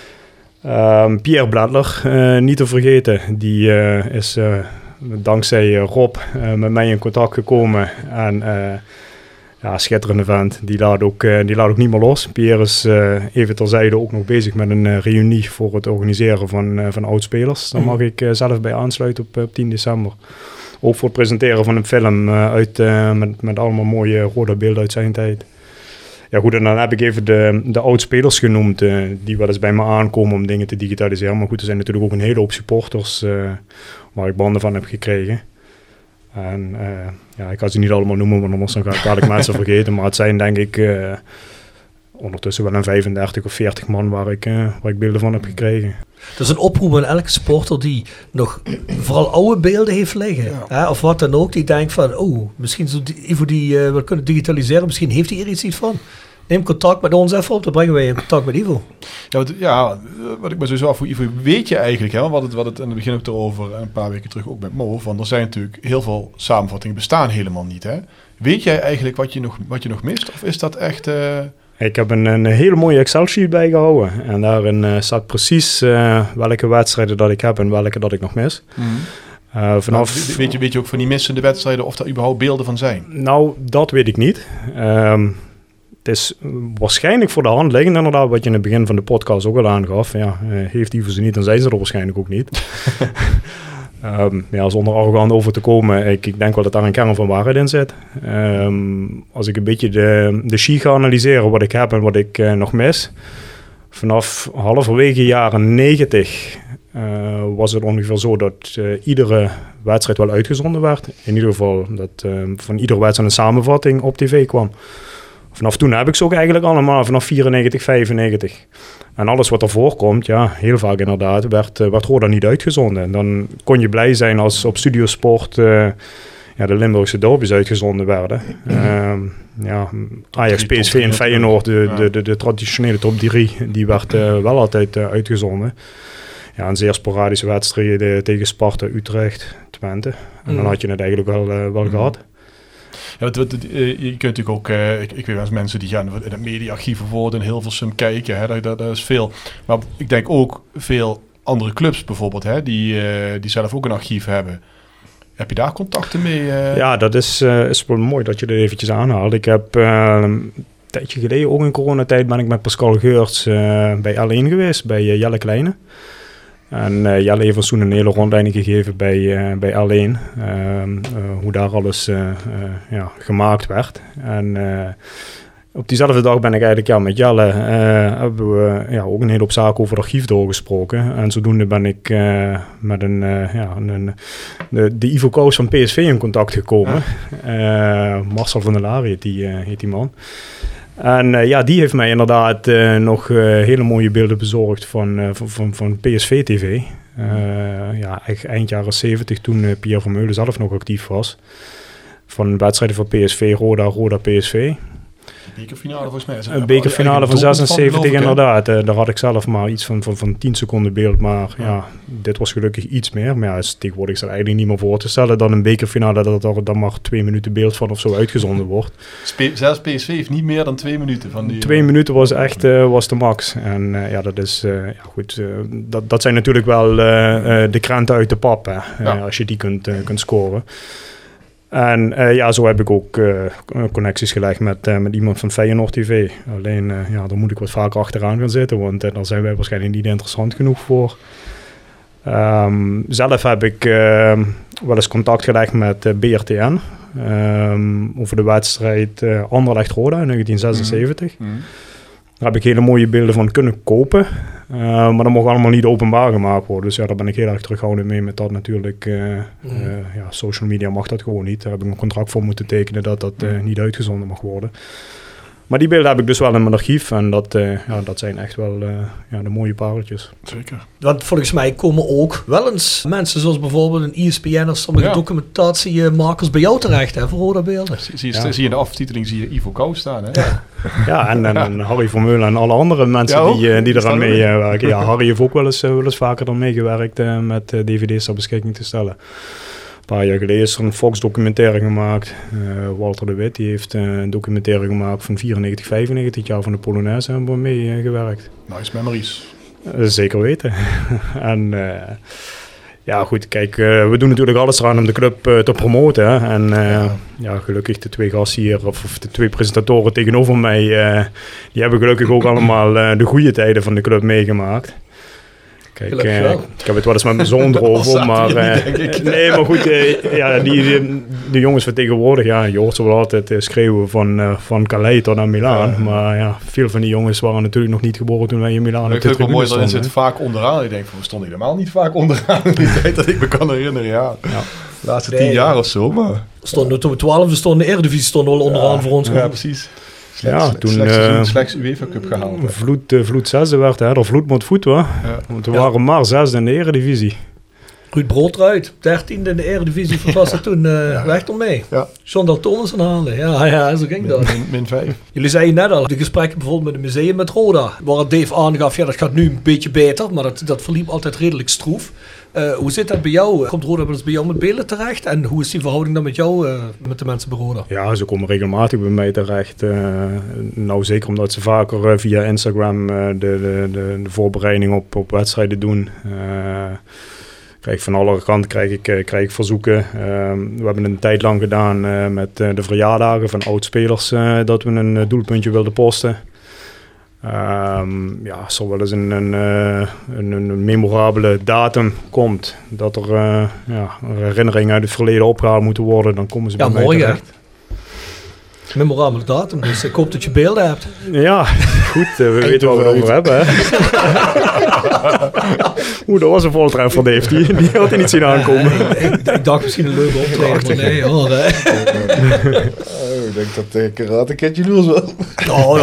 Pierre Bladler, niet te vergeten, die is dankzij Rob met mij in contact gekomen en... schitterende vent. Die laat ook niet meer los. Pierre is even terzijde ook nog bezig met een reunie voor het organiseren van oudspelers. Daar mag ik zelf bij aansluiten op 10 december. Ook voor het presenteren van een film met allemaal mooie rode beelden uit zijn tijd. Ja goed, en dan heb ik even de oudspelers genoemd die wel eens bij me aankomen om dingen te digitaliseren. Maar goed, er zijn natuurlijk ook een hele hoop supporters waar ik banden van heb gekregen. En ik kan ze niet allemaal noemen, want anders ga ik dadelijk mensen vergeten. Maar het zijn denk ik ondertussen wel een 35 of 40 man waar ik beelden van heb gekregen. Dat is een oproep aan elke sporter die nog vooral oude beelden heeft liggen. Ja. Hè, of wat dan ook, die denkt van, misschien zou Ivo die we kunnen digitaliseren, misschien heeft hij er iets van. Neem contact met ons even op, dan brengen wij in contact met Ivo. Wat ik me sowieso afvroeg, Ivo, weet je eigenlijk, hè, wat het in het begin ook erover, een paar weken terug ook met Mo, van er zijn natuurlijk heel veel samenvattingen bestaan helemaal niet. Hè? Weet jij eigenlijk wat je nog mist? Of is dat echt... Ik heb een hele mooie Excel-sheet bijgehouden. En daarin staat precies welke wedstrijden dat ik heb en welke dat ik nog mis. Mm-hmm. Weet je ook van die missende wedstrijden of daar überhaupt beelden van zijn? Nou, dat weet ik niet. Het is waarschijnlijk voor de hand liggend inderdaad, wat je in het begin van de podcast ook al aangaf. Heeft Ivo ze niet, dan zijn ze er waarschijnlijk ook niet. Zonder arrogant over te komen, ik denk wel dat daar een kern van waarheid in zit. Als ik een beetje de sheet ga analyseren, wat ik heb en wat ik nog mis. Vanaf halverwege jaren 90 was het ongeveer zo dat iedere wedstrijd wel uitgezonden werd. In ieder geval dat van iedere wedstrijd een samenvatting op tv kwam. Vanaf toen heb ik ze ook eigenlijk allemaal, vanaf 94, 95. En alles wat ervoor komt, heel vaak inderdaad, werd Roda niet uitgezonden. En dan kon je blij zijn als op Studiosport de Limburgse derbies uitgezonden werden. Ajax, PSV en Feyenoord, de traditionele top 3, die werd wel altijd uitgezonden. Ja, en zeer sporadische wedstrijden tegen Sparta, Utrecht, Twente. En dan had je het eigenlijk wel gehad. Ja, je kunt natuurlijk ook, ik weet wel eens mensen die gaan in het mediaarchief bijvoorbeeld in Hilversum kijken, hè, dat is veel. Maar ik denk ook veel andere clubs bijvoorbeeld, hè, die zelf ook een archief hebben. Heb je daar contacten mee? Ja, dat is wel mooi dat je dat eventjes aanhaalt. Ik heb tijdje geleden, ook in coronatijd, ben ik met Pascal Geurts bij L1 geweest, bij Jelle Kleine. En Jelle heeft ons toen een hele rondleiding gegeven bij L1. Hoe daar alles gemaakt werd. En op diezelfde dag ben ik eigenlijk met Jelle hebben we ook een hele hoop zaken over het archief doorgesproken. En zodoende ben ik met de Ivo Kous van PSV in contact gekomen. Marcel van der Laar heet die man. En die heeft mij inderdaad nog hele mooie beelden bezorgd van PSV TV. Echt eind jaren 70, toen Pierre Vermeulen zelf nog actief was. Van wedstrijden van PSV, Roda PSV. Bekerfinale volgens mij. Een bekerfinale van 76 inderdaad. Daar had ik zelf maar iets van 10 seconden beeld. Maar dit was gelukkig iets meer. Maar is tegenwoordig is er eigenlijk niet meer voor te stellen dan een bekerfinale dat er dan maar 2 minuten beeld van of zo uitgezonden wordt. Zelfs PSV heeft niet meer dan 2 minuten van die... 2 minuten was echt was de max. En dat is goed. Dat zijn natuurlijk wel de krenten uit de pap. Hè, als je die kunt scoren. En zo heb ik ook connecties gelegd met iemand van Feyenoord TV. Alleen, daar moet ik wat vaker achteraan gaan zitten, want daar zijn wij waarschijnlijk niet interessant genoeg voor. Zelf heb ik wel eens contact gelegd met BRTN over de wedstrijd Anderlecht-Roda in 1976. Daar heb ik hele mooie beelden van kunnen kopen. Maar dat mocht allemaal niet openbaar gemaakt worden. Dus daar ben ik heel erg terughoudend mee met dat natuurlijk. Social media mag dat gewoon niet. Daar heb ik een contract voor moeten tekenen dat niet uitgezonden mag worden. Maar die beelden heb ik dus wel in mijn archief. En dat zijn echt wel de mooie pareltjes. Zeker. Want volgens mij komen ook wel eens mensen zoals bijvoorbeeld een ESPN of sommige documentatiemakers bij jou terecht hè, voor rode beelden. Zie je in de aftiteling zie je Ivo Kous staan. Hè? En Harry Vermeulen en alle andere mensen die eraan meewerken. Ja, Harry heeft ook wel eens vaker dan meegewerkt met dvd's ter beschikking te stellen. Een paar jaar geleden is er een Fox documentaire gemaakt. Walter de Wit die heeft een documentaire gemaakt van 94-95, het jaar van de Polonaise, hebben we meegewerkt. Nice memories. Zeker weten. En goed, kijk, we doen natuurlijk alles eraan om de club te promoten. Hè. En gelukkig de 2 gasten hier, of de 2 presentatoren tegenover mij, die hebben gelukkig ook allemaal de goede tijden van de club meegemaakt. Kijk, ik heb het wel eens met mijn zoon erover, maar nee, maar goed, de jongens van tegenwoordig, je hoort ze wel altijd schreeuwen van Calais tot naar Milaan, maar veel van die jongens waren natuurlijk nog niet geboren toen wij in Milaan op de tribune mooi, stonden. dan zit vaak onderaan. Ik denk we stonden helemaal niet vaak onderaan in die tijd dat ik me kan herinneren, de laatste 10 jaar of zo, maar... Stonden toen we 12 stonden, de Eredivisie stonden wel onderaan voor ons. Ja, precies. Toen slechts UEFA Cup gehaald. Vloed 6e werd, hè, vloed met voet, hoor. Want we waren maar 6e in de Eredivisie. Ruud Broodruit, 13e in de Eredivisie, was dat toen weg om mee. Ja. John Del Thomas aanhalen. Ja, zo ging dat. Min 5. Jullie zeiden net al, de gesprekken bijvoorbeeld met het museum met Roda, waar Dave aangaf, dat gaat nu een beetje beter, maar dat verliep altijd redelijk stroef. Hoe zit dat bij jou? Komt Roda wel eens bij jou met beelden terecht? En hoe is die verhouding dan met jou, met de mensen bij Roda? Ja, ze komen regelmatig bij mij terecht. Nou, zeker omdat ze vaker via Instagram de voorbereiding op wedstrijden doen. Krijg van alle kanten krijg ik verzoeken. We hebben een tijd lang gedaan met de verjaardagen van oud-spelers dat we een doelpuntje wilden posten. Als er wel eens een memorabele datum komt, dat er herinneringen uit het verleden opgehaald moeten worden, dan komen ze bij mij terecht. Memorabele datum, dus ik hoop dat je beelden hebt. Ja, goed, we weten waar we het over hebben. Dat was een voltreffer, Dave. Die had hij niet zien aankomen. Ik dacht misschien een leuke optreden, maar nee hoor. Ik denk dat de Karate Kid jaloers was. Dat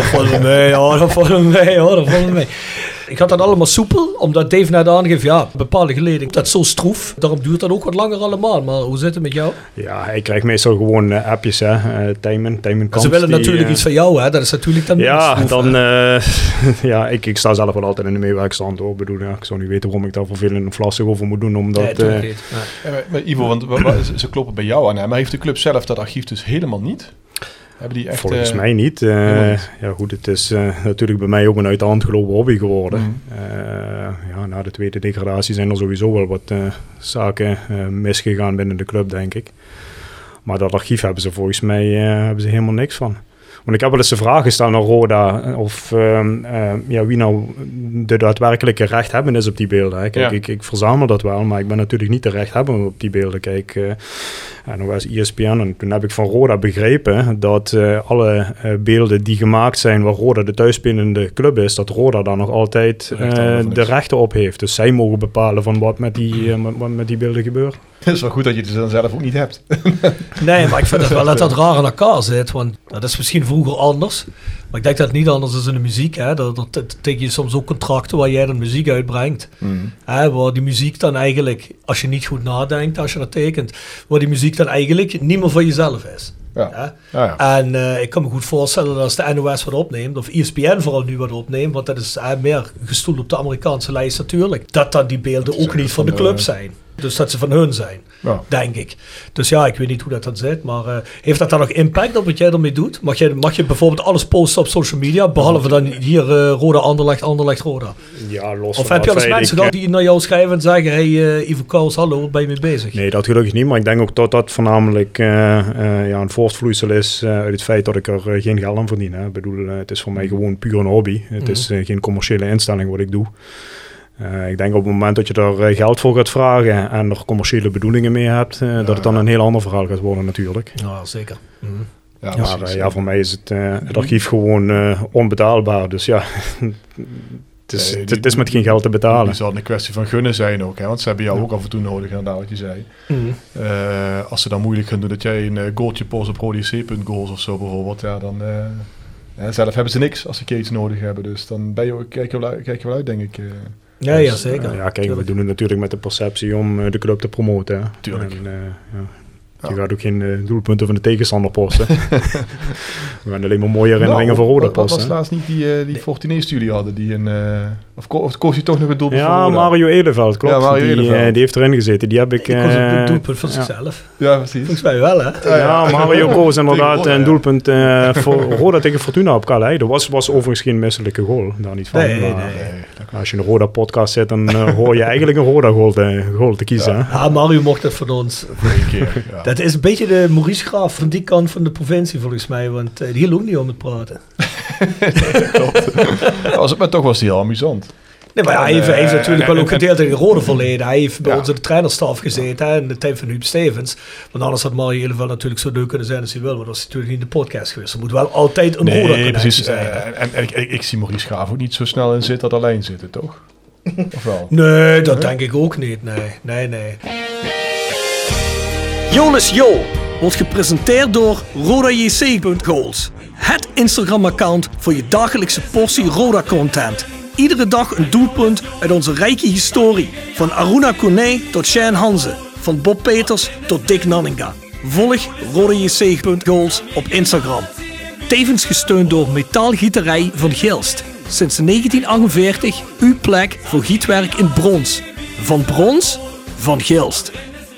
valt me mee. Ik had dat allemaal soepel, omdat Dave net aangeeft, bepaalde geleding, dat is zo stroef. Daarom duurt dat ook wat langer allemaal. Maar hoe zit het met jou? Ja, ik krijg meestal gewoon appjes, hè. Tijmen Kamps. Ze willen natuurlijk iets van jou, hè. Dat is natuurlijk dan ik sta zelf wel altijd in de meewerkstand, hoor. Ik zou niet weten waarom ik daar vervelend of lastig over moet doen, omdat... maar Ivo, want ze kloppen bij jou aan, hè. Maar heeft de club zelf dat archief dus helemaal niet? Hebben die echt, volgens mij niet. Het is natuurlijk bij mij ook een uit de hand gelopen hobby geworden. Na de tweede degradatie zijn er sowieso wel wat zaken misgegaan binnen de club, denk ik. Maar dat archief hebben ze volgens mij helemaal niks van. Want ik heb wel eens de vraag gesteld naar Roda of wie nou de daadwerkelijke rechthebben is op die beelden. Hè. Kijk, ik verzamel dat wel, maar ik ben natuurlijk niet de rechthebber op die beelden. Kijk, nog eens ESPN en toen heb ik van Roda begrepen dat alle beelden die gemaakt zijn waar Roda de thuisspelende club is, dat Roda daar nog altijd de rechten op heeft. Dus zij mogen bepalen van wat met die beelden gebeurt. Het is wel goed dat je het dan zelf ook niet hebt. Nee, maar ik vind het wel dat raar in elkaar zit. Want dat is misschien vroeger anders. Maar ik denk dat het niet anders is in de muziek. Hè. Dat teken je soms ook contracten waar jij dan muziek uitbrengt. Waar die muziek dan eigenlijk, als je niet goed nadenkt, als je dat tekent, waar die muziek dan eigenlijk niet meer van jezelf is. Ja. En ik kan me goed voorstellen dat als de NOS wat opneemt, of ESPN vooral nu wat opneemt, want dat is meer gestoeld op de Amerikaanse lijst natuurlijk, dat dan die beelden ook niet van de club zijn. Dus dat ze van hun zijn, denk ik. Dus ja, ik weet niet hoe dat dan zit, maar heeft dat dan nog impact op wat jij ermee doet? Mag je bijvoorbeeld alles posten op social media, behalve dan hier Roda Anderlecht Roda? Ja, los of heb je al eens mensen gehad die naar jou schrijven en zeggen, hey Ivo Kous, hallo, wat ben je mee bezig? Nee, dat gelukkig niet, maar ik denk ook dat voornamelijk een voortvloeisel is uit het feit dat ik er geen geld aan verdien. Hè. Ik bedoel, het is voor mij gewoon puur een hobby. Het is geen commerciële instelling wat ik doe. Ik denk op het moment dat je daar geld voor gaat vragen en er commerciële bedoelingen mee hebt, dat het dan een heel ander verhaal gaat worden natuurlijk. Ja, zeker. Maar voor mij is het archief gewoon onbetaalbaar. Dus ja, het is met geen geld te betalen. Het zal een kwestie van gunnen zijn ook, hè? Want ze hebben jou ook af en toe nodig, inderdaad, wat je zei. Als ze dan moeilijk gaan doen dat jij een goaltje post op rodec.goals of zo bijvoorbeeld, ja, dan... zelf hebben ze niks als ze iets nodig hebben. Dus dan kijk je wel uit, denk ik. Ja, zeker. Kijk, we doen het natuurlijk met de perceptie om de club te promoten. Hè. Tuurlijk. Je gaat ook geen doelpunten van de tegenstander posten. We gaan alleen maar mooie herinneringen voor Roda posten. Was laatst niet die Fortuné-studie hadden? Of koos je toch nog het doelpunt voor Roda? Ja, Mario Eleveld, klopt. Ja, die heeft erin gezeten. Die heb ik... koos een doelpunt van zichzelf. Ja, precies. Volgens mij wel, hè? Ja, Mario koos inderdaad een doelpunt voor Roda tegen Fortuna op Calais. Dat was overigens geen misselijke goal. Daar niet van. Nee. Als je een Roda-podcast zit, dan hoor je eigenlijk een Roda-goal te kiezen. Ja, Mario mocht het van ons. Dat is een beetje de Maurice Graaf van die kant van de provincie volgens mij, want die hield ook niet om het praten. Maar toch was die heel amusant. Nee, maar hij heeft natuurlijk wel ook gedeeld in het rode verleden. Hij heeft bij ons in de trainerstaf gezeten in de tijd van Huub Stevens. Want anders had Mario Eleveld natuurlijk zo leuk kunnen zijn als hij wil, maar dat is natuurlijk niet in de podcast geweest. Er moet wel altijd een Roda-connectie zijn. En ik zie Maurice Graaf ook niet zo snel in zitten dat alleen zitten, toch? Of wel? Nee, dat denk ik ook niet. Nee. Jonas Jo wordt gepresenteerd door RodaJC.goals. Het Instagram-account voor je dagelijkse portie Roda-content. Iedere dag een doelpunt uit onze rijke historie. Van Aruna Kone tot Shane Hanze. Van Bob Peters tot Dick Nanninga. Volg RodaJC.goals op Instagram. Tevens gesteund door Metaalgieterij van Gilst. Sinds 1948 uw plek voor gietwerk in brons. Van brons, van Gilst.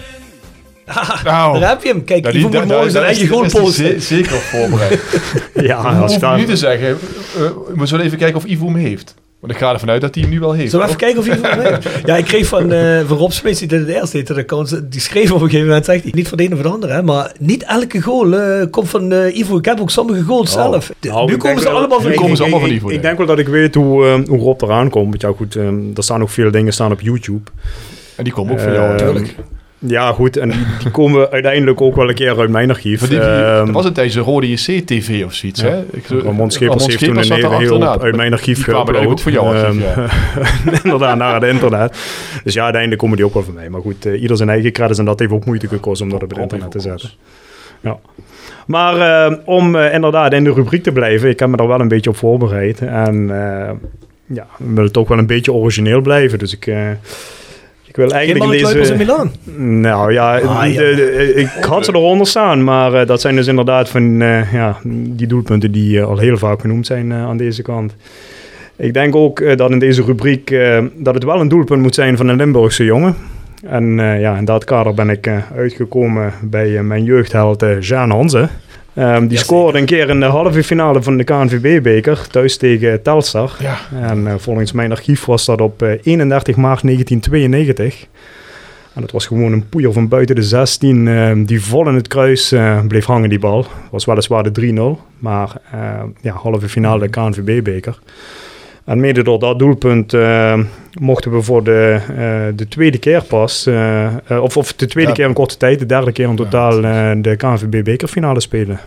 Daar heb je hem. Kijk, Ivo moet morgen zijn eigen goal posten. Zeker op voorbereid. Als ik nu te zeggen, we moeten wel even kijken of Ivo hem heeft. Want ik ga ervan uit dat hij hem nu wel heeft. Zullen we even kijken of Ivo hem heeft? Ja, ik kreeg van Rob Smits, die de eerste heette, die schreef op een gegeven moment, zegt hij, niet van de een of de andere, hè, maar niet elke goal komt van Ivo. Ik heb ook sommige goals zelf. Nu komen ze allemaal van Ivo. Ik denk wel dat ik weet hoe Rob eraan komt. Want ja, goed, er staan ook veel dingen op YouTube. En die komen ook van jou natuurlijk. Ja, goed. En die komen uiteindelijk ook wel een keer uit mijn archief. Dat was een tijdje Rode JC TV of zoiets, hè? Ramon Schepers heeft toen een heel uit mijn archief geüpload. Voor jou archief, inderdaad, naar het internet. Dus ja, uiteindelijk komen die ook wel van mij. Maar goed, ieder zijn eigen credits en dat heeft ook moeite gekost om dat op het internet te zetten. Ja. Maar om inderdaad in de rubriek te blijven, ik heb me daar wel een beetje op voorbereid. En we willen toch wel een beetje origineel blijven. Dus ik wil eigenlijk deze... in Milaan? Nou ja, ik had ze eronder staan. Maar dat zijn dus inderdaad van die doelpunten die al heel vaak genoemd zijn aan deze kant. Ik denk ook dat in deze rubriek dat het wel een doelpunt moet zijn van een Limburgse jongen. En in dat kader ben ik uitgekomen bij mijn jeugdheld Jean Hanze. Die scoorde een keer in de halve finale van de KNVB-beker thuis tegen Telstar. Ja. En volgens mijn archief was dat op 31 maart 1992. En het was gewoon een poeier van buiten de 16 die vol in het kruis bleef hangen, die bal. Het was weliswaar de 3-0, maar halve finale de KNVB-beker. En mede door dat doelpunt mochten we voor de tweede keer pas, of de tweede keer in korte tijd, de derde keer in totaal de KNVB-bekerfinale spelen.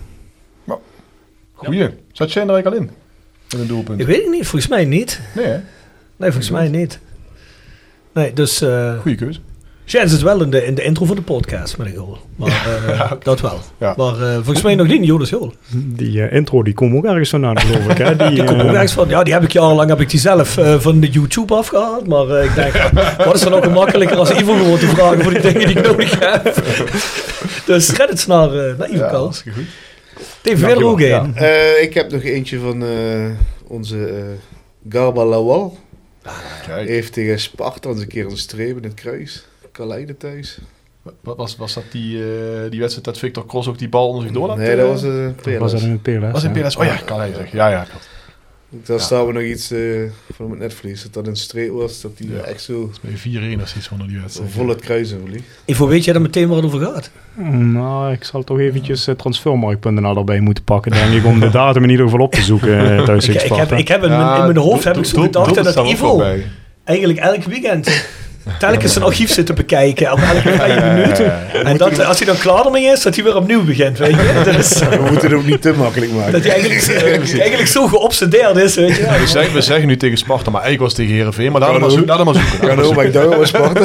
Goeie. Zat Shane er eigenlijk al in? Met een doelpunt? Ik weet het niet, volgens mij niet. Nee, hè? Nee, volgens mij niet. Nee, dus... Goeie keuze. Shane zit wel in de intro van de podcast, met een goal. Maar dat wel. Ja. Maar volgens mij nog niet Jonas Jol. Die intro, die komt ook ergens vandaan, geloof ik. Hè? Die komt ook ergens van. Ja, die heb ik jarenlang zelf van de YouTube afgehaald. Maar ik denk, wat is dan ook gemakkelijker als Ivo gewoon te vragen voor die dingen die ik nodig heb. Dus credits naar Ivo Kals. Ja, goed. Tegen verder ook een. Ik heb nog eentje van onze Garba Lawal. Heeft tegen Sparta eens een keer een streep in het kruis. Kaleide thuis. Wat was dat die wedstrijd dat Victor Cross ook die bal onder zich door laat? Nee, dat was PLS. Was dat in het PLS? Was in PLS? Oh ja, Kaleide zeg. Ja. Daar staan we nog iets van het netvlies. Dat een streep was, dat die echt zo... Dat is bij 4-1 of iets onder die wedstrijd. Vol het kruis in verliep. Ivo, weet jij dan meteen waar het over gaat? Nou, ik zal toch eventjes transfermarkt.nl erbij moeten pakken, denk ik, om de datum in ieder geval op te zoeken thuis in Sparta. Ik heb in mijn hoofd heb ik zo gedacht dat Ivo eigenlijk elk weekend telkens een archief zit te bekijken op elke 5 minuten. En dat, als hij dan klaar ermee is, dat hij weer opnieuw begint, weet je. Dus, we moeten het ook niet te makkelijk maken. Dat hij eigenlijk zo geobsedeerd is, weet je. We zeggen nu tegen Sparta, maar eigenlijk was het tegen Heerenveen. Maar laat hem maar zoeken. Kan ook, maar ik dacht wel Sparta.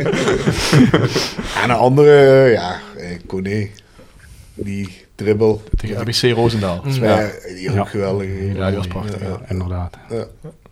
En een andere, Kone. Die dribbel. Tegen RBC Roosendaal. Die ook geweldig. Ja, die was prachtig. Ja, inderdaad. Ja.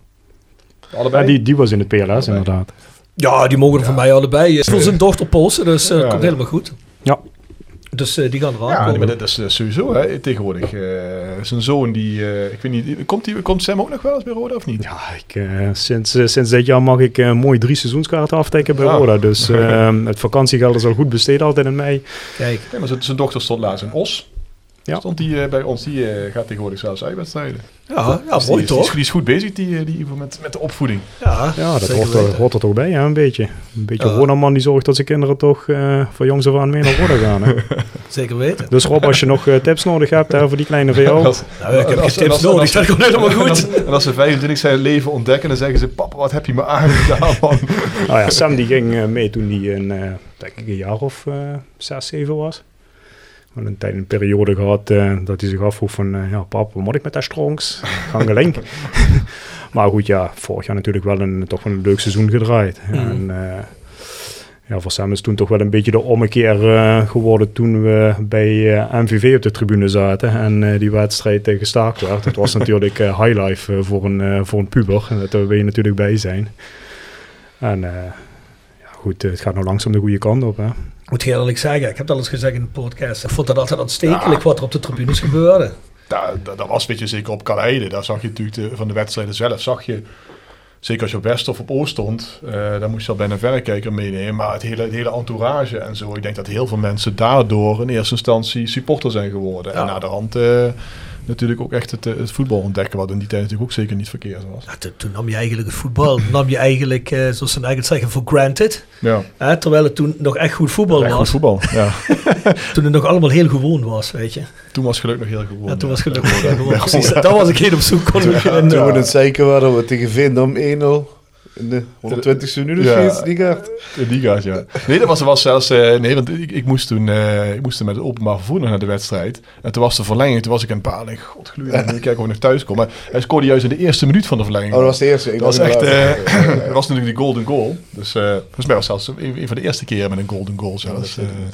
Allebei? Die was in het PLS, inderdaad. Ja, die mogen er voor mij allebei. Voor zijn dochter polsen, dus dat komt helemaal goed. Ja. Dus die gaan eraan komen. Maar dat is sowieso hè, tegenwoordig. Zijn zoon, ik weet niet, komt Sam ook nog wel eens bij Roda of niet? Ja, sinds dit jaar mag ik mooi 3 seizoenskaarten afdekken bij Roda. Dus het vakantiegeld is al goed besteed altijd in mei. Kijk. Ja, maar zijn dochter stond laatst in Os. Ja. Stond die bij ons, die gaat tegenwoordig zelfs uitwedstrijden. Ja, dus mooi toch? Die is goed bezig, die Ivo, met de opvoeding. Ja, dat hoort er toch bij, hè, een beetje. Een beetje Roda-man die zorgt dat zijn kinderen toch van jongs af aan mee naar Roda gaan. Hè. Zeker weten. Dus Rob, als je nog tips nodig hebt voor die kleine van jou. Ik heb geen tips nodig, dat komt helemaal goed. En als ze 25 zijn leven ontdekken, dan zeggen ze, papa, wat heb je me aangedaan, man. Nou ja, Sam die ging mee toen hij denk ik een jaar of 6, 7 was. We hebben een periode gehad dat hij zich afvroeg van... pap, wat moet ik met dat stronks? Gangelink. Maar goed, vorig jaar natuurlijk wel toch wel een leuk seizoen gedraaid. En voor Sam is toen toch wel een beetje de ommekeer geworden... toen we bij MVV op de tribune zaten en die wedstrijd gestaakt werd. Het was natuurlijk highlife voor een puber. En daar wil je natuurlijk bij zijn. En goed, het gaat nou langzaam de goede kant op, hè. Moet je eerlijk zeggen, ik heb het al eens gezegd in de podcast. Ik vond dat altijd aanstekelijk wat er op de tribunes gebeurde. Dat was, weet je, zeker op Kaleide. Daar zag je natuurlijk van de wedstrijden zelf. Zag je, zeker als je op West of op Oost stond, dan moest je al bijna een verrekijker meenemen. Maar het hele entourage en zo. Ik denk dat heel veel mensen daardoor in eerste instantie supporter zijn geworden. Ja. En naar de hand natuurlijk ook echt het voetbal ontdekken, wat in die tijd natuurlijk ook zeker niet verkeerd was. Ja, toen nam je eigenlijk het voetbal, zoals ze eigenlijk zeggen, for granted. Ja. Terwijl het toen nog echt goed voetbal was. Goed voetbal, ja. Toen het nog allemaal heel gewoon was, weet je. Toen was geluk nog heel gewoon. Ja, toen was geluk nog heel gewoon. Precies, daar was ik heen op zoek. Toen we het zeker waren, we tegen Veendam 1-0. In de 120ste minuut of die gaat. Die gaat, ja. Nee, dat was zelfs... nee, want ik moest toen met het openbaar vervoer nog naar de wedstrijd. En toen was de verlenging. Toen was ik in Paling. God gluur. En kijken of ik nog thuis kom. Maar hij scoorde juist in de eerste minuut van de verlenging. Oh, dat was de eerste. Dat was echt... dat was natuurlijk die golden goal. Dus volgens mij was het zelfs een van de eerste keren met een golden goal zelfs.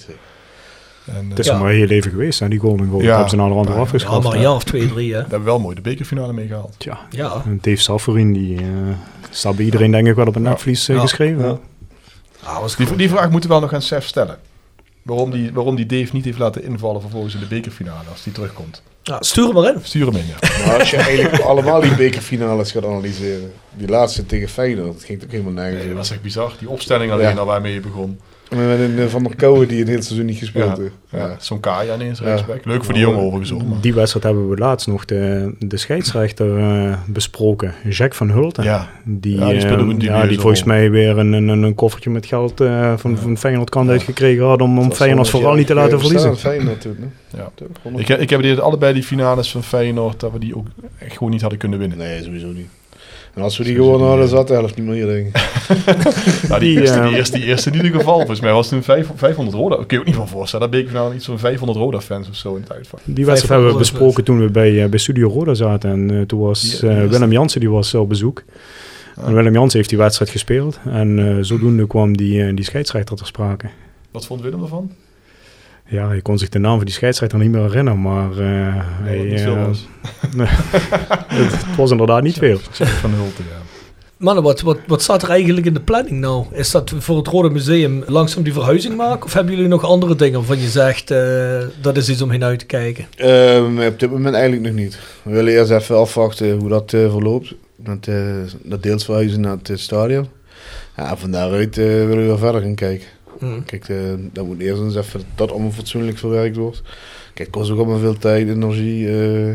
Het is maar heel even geweest, hè, die golden goal. Dat hebben ze nou eraf afgeschaft. Ja, maar een jaar of 2-3, hè. Daar hebben we wel mooi de bekerfinale meegehaald. Ja. En Dave Safferin, die staat bij iedereen denk ik wel op een netvlies geschreven. Ja. Die vraag moeten we wel nog aan Sef stellen. Waarom die Dave niet heeft laten invallen vervolgens in de bekerfinale als die terugkomt. Ja, stuur hem maar in. Stuur hem in, ja. Maar als je eigenlijk allemaal die bekerfinales gaat analyseren. Die laatste tegen Feyenoord, dat ging ook helemaal nergens. Nee, dat was echt bizar. Die opstelling alleen al waarmee je begon. Met een Van der Kouwen die een heel seizoen niet gespeeld heeft. Ja, zo'n Kaya ineens rechtsback. Leuk voor die jongen overigens ook. Maar. Die wedstrijd hebben we laatst nog de scheidsrechter besproken. Jacques van Hulten. Ja. Die die volgens mij weer een koffertje met geld van Feyenoord kant uitgekregen had om Feyenoord vooral niet te laten verliezen. Feyenoord toen, ja. Ik heb allebei die finales van Feyenoord dat we die ook echt gewoon niet hadden kunnen winnen. Nee, sowieso niet. En als we die gewonnen hadden, zat de helft niet meer hier, denk ik. Nou, die eerste in ieder geval. Volgens mij was toen 500 Roda. Ik kan je ook niet van voorstellen. Dat beekfinale iets van 500 Roda-fans of zo in het uitvak. Die wedstrijd hebben we besproken toen we bij Studio Roda zaten. En toen was Willem Jansen die was op bezoek. En Willem Jansen heeft die wedstrijd gespeeld. En zodoende kwam die scheidsrechter ter sprake. Wat vond Willem ervan? Ja, hij kon zich de naam van die scheidsrechter niet meer herinneren, maar het was inderdaad niet veel. Van Hulten, ja. Mannen, wat staat er eigenlijk in de planning nou? Is dat voor het Roda Museum langzaam die verhuizing maken? Of hebben jullie nog andere dingen waarvan je zegt, dat is iets om heen uit te kijken? Op dit moment eigenlijk nog niet. We willen eerst even afwachten hoe dat verloopt. Met dat deels verhuizen naar het stadion. Ja, van daaruit willen we weer verder gaan kijken. Kijk, dat moet eerst eens even dat allemaal fatsoenlijk verwerkt wordt. Kijk, het kost ook allemaal veel tijd, energie.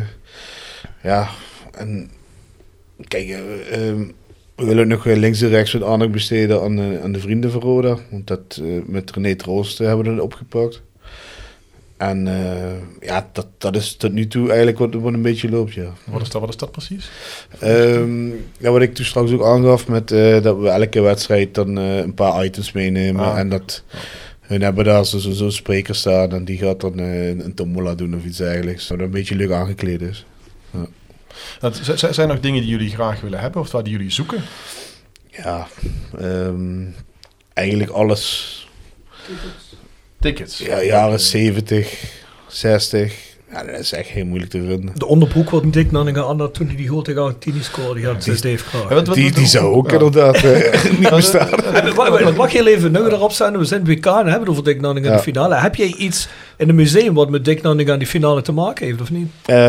En kijk, we willen nog links en rechts wat aandacht besteden aan de vrienden van Roda. Want dat met René Troost hebben we dat opgepakt. En dat is tot nu toe eigenlijk wat een beetje loopt, ja. Wat is dat precies? Wat ik toen straks ook aangaf, met dat we elke wedstrijd dan een paar items meenemen. En dat hun hebben daar zo'n spreker staan en die gaat dan een tombola doen of iets dergelijks. Dat een beetje leuk aangekleed is. Ja. Zijn er nog dingen die jullie graag willen hebben of waar die jullie zoeken? Ja, eigenlijk alles. Tickets? Ja, jaren 70, 60. Ja, dat is echt heel moeilijk te vinden. De onderbroek wat Dick Nanninga aan toen hij die goal tegen Argentinië scoorde, had Dave graag. Die zou ook inderdaad niet bestaan. Wacht heel even, nu erop staan, we zijn WK en hebben het over Dick Nanninga in de finale. Heb jij iets in een museum wat met Dick Nanninga aan die finale te maken heeft, of niet?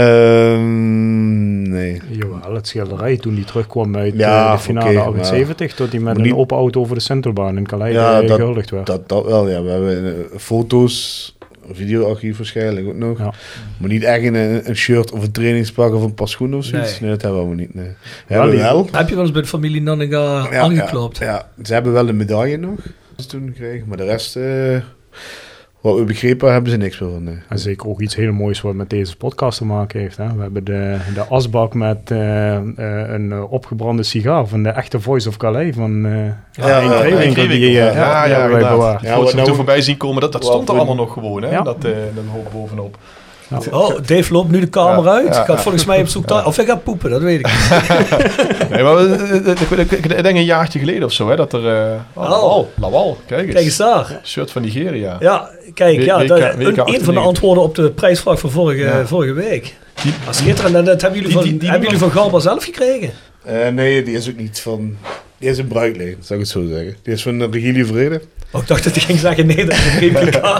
Nee. Jawel, het schilderij toen hij terugkwam uit de finale 78, tot hij met een open auto over de Centralbaan in Calais gehuldigd werd. Dat wel, ja. We hebben foto's, een videoarchief waarschijnlijk ook nog. Ja. Maar niet echt een shirt of een trainingspak of een paar schoenen of zoiets. Nee, dat hebben we allemaal niet. Nee. Heb je wel eens bij de familie Nanninga aangeklopt? Ja, ze hebben wel een medaille nog toen gekregen, maar de rest... wat we begrepen hebben ze niks meer van. Nee. En zeker ook iets heel moois wat met deze podcast te maken heeft. Hè? We hebben de asbak met een opgebrande sigaar van de echte Voice of Calais van Kreewinkel. Die hebben wij bewaard. Ja, wat we toen voorbij zien komen, dat stond er allemaal nog gewoon. Hè? Ja. Dat hoog bovenop. Ja. Oh, Dave loopt nu de kamer uit. Ik ga volgens mij op zoek naar... Of ik ga poepen, dat weet ik niet. Nee, maar ik denk een jaartje geleden of zo, hè, dat er... Lawal, kijk eens daar. Shirt van Nigeria. Ja, kijk, een van de antwoorden op de prijsvraag van vorige week. Schitterend, en dat hebben jullie van Galba zelf gekregen? Nee, die is ook niet van... Die is een bruikleen, zou ik het zo zeggen. Die is van Regilio Vrede. Oh, ik dacht dat hij ging zeggen, nee, dat is een replica.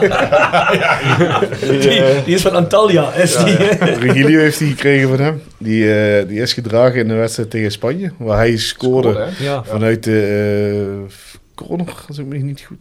Die is van Antalya. Regilio heeft die gekregen van hem. Die is gedragen in de wedstrijd tegen Spanje, waar hij scoorde vanuit de corner, als ik me niet goed...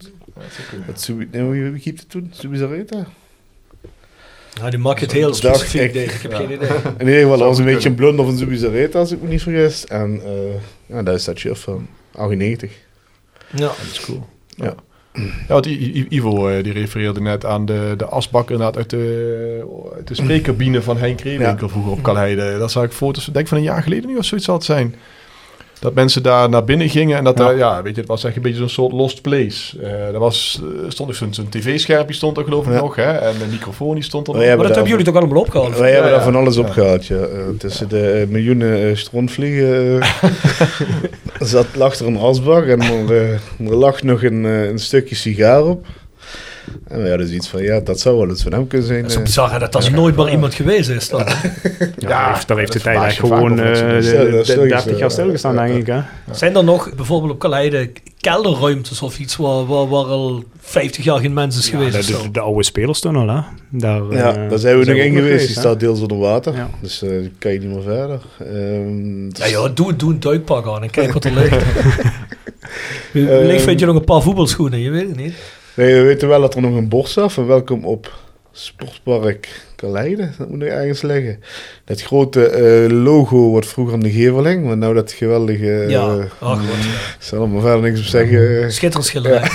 Wie keepte het toen? Subizarreta? Nou, die maakt het heel specifiek, denk ik. Ik heb geen idee. In ieder geval, was een beetje een blunder van Subizareta, als ik me niet vergis. En daar is dat shirt van 98. Ja, dat is cool. Ja, want Ivo die refereerde net aan de asbak inderdaad uit de spreekcabine van Henk Kreewinkel vroeger op Calais. Dat zag ik foto's, denk ik van een jaar geleden nu of zoiets zal het zijn. Dat mensen daar naar binnen gingen en dat het was echt een beetje zo'n soort lost place. Stond ook zo'n tv-schermpje stond er geloof ik nog, hè? En een microfoon die stond er nog. Maar dat hebben jullie toch allemaal opgehaald? Wij hebben daar van alles opgehaald, ja. Tussen de miljoenen strontvliegen lag er een asbak en er lag nog een stukje sigaar op. En we hadden zoiets van, dat zou wel eens van hem kunnen zijn. Dat is bizar dat er nooit maar iemand geweest is dan. Daar heeft de tijd eigenlijk gewoon 30 jaar stilgestaan, denk ik. Hè? Zijn er nog, bijvoorbeeld op Calais, kelderruimtes of iets waar al 50 jaar geen mens is geweest? De oude spelerstunnel, hè? Daar zijn we nog in geweest. Die staat deels onder water. Ja. Dus kan je niet meer verder. Doe een duikpak aan en kijk wat er ligt. Wellicht vind je nog een paar voetbalschoenen, je weet het niet. Nee, we weten wel dat er nog een bord staat van welkom op Sportpark Kaleiden. Dat moet nog ergens liggen. Dat grote logo wat vroeger aan de gevel hing, maar nou dat geweldige... goed. Ik zal er maar verder niks op zeggen. Schitterend schilderij.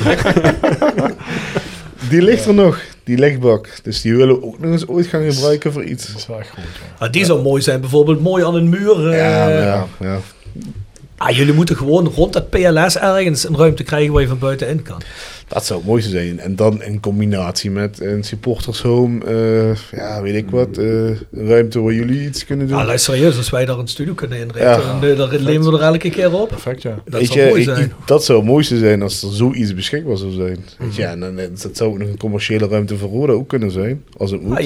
Die ligt er nog, die lichtbak. Dus die willen we ook nog eens ooit gaan gebruiken voor iets. Dat is wel echt goed. Die zou mooi zijn, bijvoorbeeld mooi aan een muur. Ja. Jullie moeten gewoon rond dat PLS ergens een ruimte krijgen waar je van buitenin kan. Dat zou het mooiste zijn. En dan in combinatie met een supportershome, weet ik wat, een ruimte waar jullie iets kunnen doen. Luister serieus, als wij daar een studio kunnen inrichten, dan lenen we er elke keer op. Perfect, ja. Dat zou mooi zijn. Dat zou het mooiste zijn als er zoiets beschikbaar zou zijn. Weet je, en dan dat zou ook nog een commerciële ruimte voor Roda ook kunnen zijn, als het moet. Je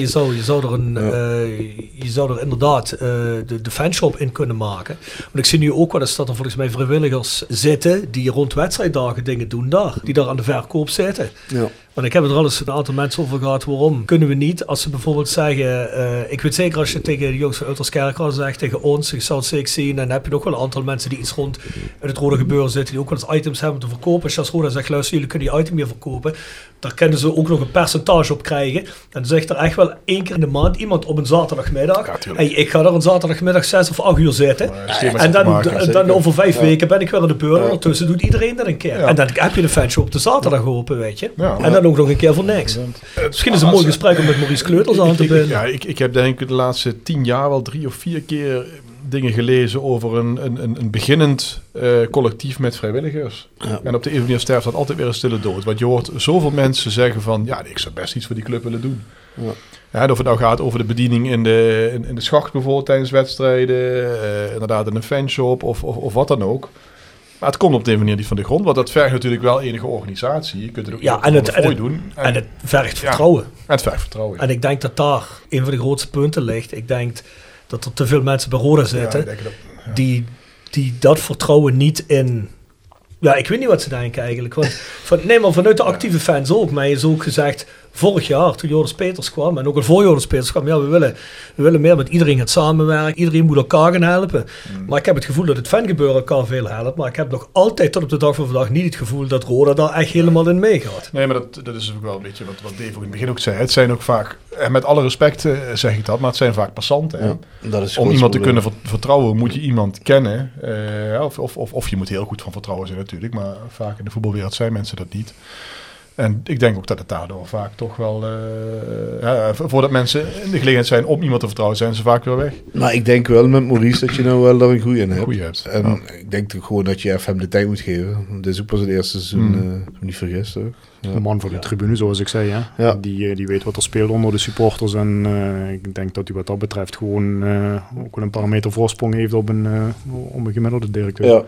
zou er inderdaad de fanshop in kunnen maken. Want ik zie nu ook wel eens dat er volgens mij vrijwilligers zitten die rond wedstrijddagen dingen doen daar. Die daar aan de verkoop zitten. Ja. Want ik heb het er al eens een aantal mensen over gehad. Waarom kunnen we niet, als ze bijvoorbeeld zeggen... ik weet zeker als je tegen de jongens van Uiterskerk zegt, tegen ons, ik zou het zeker zien, en dan heb je nog wel een aantal mensen die iets rond het rode gebeuren zitten, die ook wel eens items hebben te verkopen. Als je als Roda zegt, luister, jullie kunnen die item meer verkopen, daar kunnen ze ook nog een percentage op krijgen. En dan zegt er echt wel 1 keer in de maand iemand op een zaterdagmiddag, ik ga er een zaterdagmiddag 6 of 8 uur zitten. En dan over 5 weken ben ik weer aan de beurt. En ondertussen doet iedereen dat een keer. En dan heb je de fanshop op de zaterdag open, weet je. En dan ook nog een keer voor niks. Misschien is het een mooi gesprek om met Maurice Kleutels aan te binden. Ik heb denk ik de laatste 10 jaar wel 3 of 4 keer dingen gelezen over een beginnend collectief met vrijwilligers. Ja. En op de een of andere sterft dat altijd weer een stille dood. Want je hoort zoveel mensen zeggen van, ik zou best iets voor die club willen doen. Ja. Ja, of het nou gaat over de bediening in de schacht bijvoorbeeld tijdens wedstrijden, inderdaad in een fanshop of wat dan ook. Maar het komt op de manier niet van de grond, want dat vergt natuurlijk wel enige organisatie. Je kunt het ook doen. En het vergt vertrouwen. En het vergt vertrouwen. En ik denk dat daar een van de grootste punten ligt. Ik denk dat er te veel mensen bij Roda zitten die dat vertrouwen niet in... Ja, ik weet niet wat ze denken eigenlijk. Want maar vanuit de actieve fans ook. Mij is ook gezegd, vorig jaar toen Joris Peters kwam, en ook al voor Joris Peters kwam, we willen meer met iedereen gaan samenwerken. Iedereen moet elkaar gaan helpen. Maar ik heb het gevoel dat het fangebeuren elkaar veel helpt. Maar ik heb nog altijd tot op de dag van vandaag niet het gevoel dat Roda daar echt helemaal in meegaat. Nee, maar dat is ook wel een beetje wat Dave ook in het begin ook zei. Het zijn ook vaak, en met alle respect zeg ik dat, maar het zijn vaak passanten. Ja, dat is om iemand te kunnen vertrouwen moet je iemand kennen. Of je moet heel goed van vertrouwen zijn natuurlijk. Maar vaak in de voetbalwereld zijn mensen dat niet. En ik denk ook dat het daardoor vaak toch wel... voordat mensen in de gelegenheid zijn om iemand te vertrouwen, zijn ze vaak weer weg. Maar ik denk wel met Maurice dat je nou wel daar een goeie in hebt. En ik denk ook gewoon dat je even hem de tijd moet geven. Dit is ook pas het eerste seizoen, niet vergist ook. Ja. De man van de tribune, zoals ik zei. Hè? Ja. Die weet wat er speelt onder de supporters. En ik denk dat hij wat dat betreft gewoon ook wel een paar meter voorsprong heeft op een gemiddelde directeur. Ja.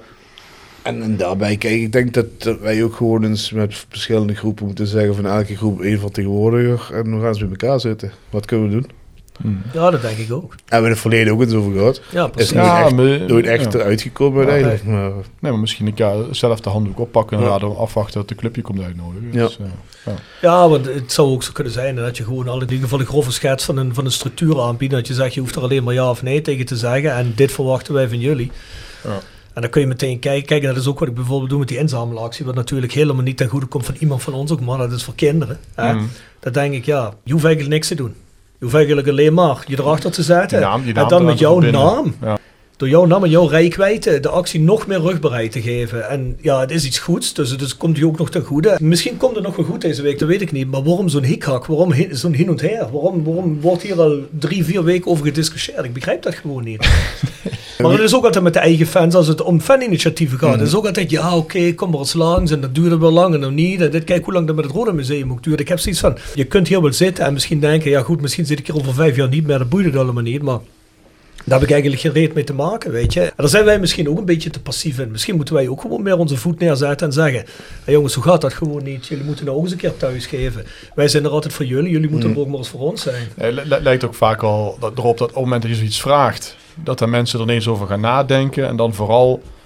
En daarbij, kijk, ik denk dat wij ook gewoon eens met verschillende groepen moeten zeggen van elke groep 1 vertegenwoordiger en we gaan eens met elkaar zitten. Wat kunnen we doen? Ja, dat denk ik ook. Hebben we in het verleden ook eens over gehad. Ja, precies. Is nooit echt eruit gekomen uiteindelijk. Maar misschien een keer zelf de handdoek oppakken en laten afwachten dat de club je komt uitnodigen. Ja. Dus, want het zou ook zo kunnen zijn dat je gewoon al in ieder geval een grove schets van een structuur aanbiedt. Dat je zegt, je hoeft er alleen maar ja of nee tegen te zeggen en dit verwachten wij van jullie. Ja. En dan kun je meteen kijken, dat is ook wat ik bijvoorbeeld doe met die inzamelactie, wat natuurlijk helemaal niet ten goede komt van iemand van ons ook, maar dat is voor kinderen. Dan denk ik, je hoeft eigenlijk niks te doen. Je hoeft eigenlijk alleen maar je erachter te zetten. En dan met jouw naam. Ja. Door jouw naam en jouw rijkwijde de actie nog meer rugbaarheid te geven. En het is iets goeds, dus komt die ook nog ten goede. Misschien komt het nog wel goed deze week, dat weet ik niet. Maar waarom zo'n hikhak? Waarom zo'n hin en her? Waarom wordt hier al 3-4 weken over gediscussieerd? Ik begrijp dat gewoon niet. Maar het is ook altijd met de eigen fans, als het om faninitiatieven gaat. Het is ook altijd, kom maar eens langs en dat duurde wel lang en dan niet. En kijk hoe lang dat met het Roda Museum ook duurt. Ik heb zoiets van, je kunt hier wel zitten en misschien denken, misschien zit ik hier over 5 jaar niet meer, dat boeit het allemaal niet. Maar daar heb ik eigenlijk geen reet mee te maken, weet je. En daar zijn wij misschien ook een beetje te passief in. Misschien moeten wij ook gewoon meer onze voet neerzetten en zeggen, jongens, hoe gaat dat gewoon niet? Jullie moeten nou ook eens een keer thuis geven. Wij zijn er altijd voor jullie moeten er ook maar eens voor ons zijn. Het lijkt ook vaak al erop dat op het moment dat je zoiets vraagt, dat er mensen er ineens over gaan nadenken en dan vooral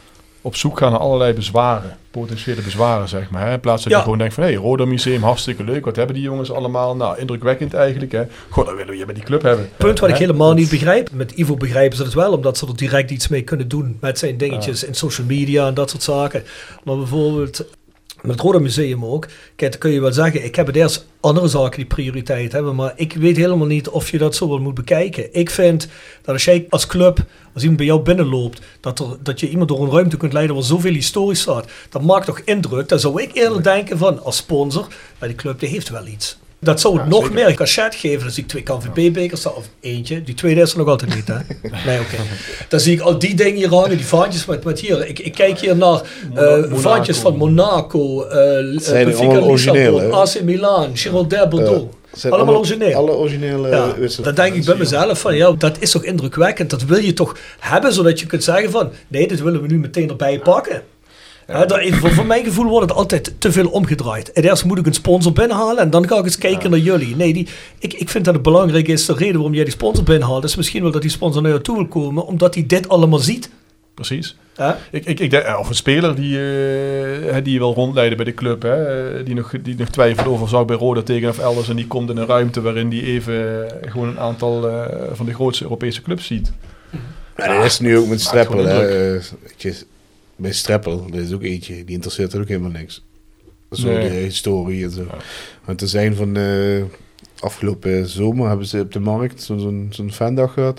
op zoek gaan naar allerlei bezwaren, potentiële bezwaren, zeg maar. Hè? In plaats dat je gewoon denkt van, Roda Museum, hartstikke leuk. Wat hebben die jongens allemaal? Nou, indrukwekkend eigenlijk. Hè? Goh, dat willen we bij die club hebben. Punt wat ik helemaal niet begrijp. Met Ivo begrijpen ze het wel, omdat ze er direct iets mee kunnen doen met zijn dingetjes in social media en dat soort zaken. Maar bijvoorbeeld met het Roda Museum ook. Kijk, dan kun je wel zeggen, ik heb het eerst andere zaken die prioriteit hebben, maar ik weet helemaal niet of je dat zo wel moet bekijken. Ik vind dat als jij als club, als iemand bij jou binnenloopt, dat je iemand door een ruimte kunt leiden waar zoveel historisch staat, dat maakt toch indruk. Dan zou ik eerder denken van, als sponsor, die club die heeft wel iets. Dat zou het nog meer cachet geven. Dus ik 2 KNVB-bekers staan, of eentje. Die tweede is er nog altijd niet, hè? Nee, oké. Dan zie ik al die dingen hier hangen, die vaantjes met hier. Ik kijk hier naar vaantjes van Monaco, Benfica Lissabon, AC Milan, Girondins Bordeaux. Allemaal origineel. Alle originele dan denk ik bij mezelf van, dat is toch indrukwekkend. Dat wil je toch hebben, zodat je kunt zeggen van, nee, dit willen we nu meteen erbij pakken. Voor mijn gevoel wordt het altijd te veel omgedraaid. En eerst moet ik een sponsor binnenhalen en dan ga ik eens kijken naar jullie. Nee, ik vind dat het belangrijk is. De reden waarom jij die sponsor binnenhaalt is misschien wel dat die sponsor naar jou toe wil komen, omdat hij dit allemaal ziet. Precies. Ik denk, of een speler die je wil rondleiden bij de club, hè, die nog twijfelt over, zou ik bij Roda tegen of elders, en die komt in een ruimte waarin die even gewoon een aantal van de grootste Europese clubs ziet. Ja, dat is nu ook met Streppel. Bij Streppel, dat is ook eentje, die interesseert er ook helemaal niks. Zo de historie en zo. Ja. Want er zijn van afgelopen zomer hebben ze op de markt zo'n fandag gehad.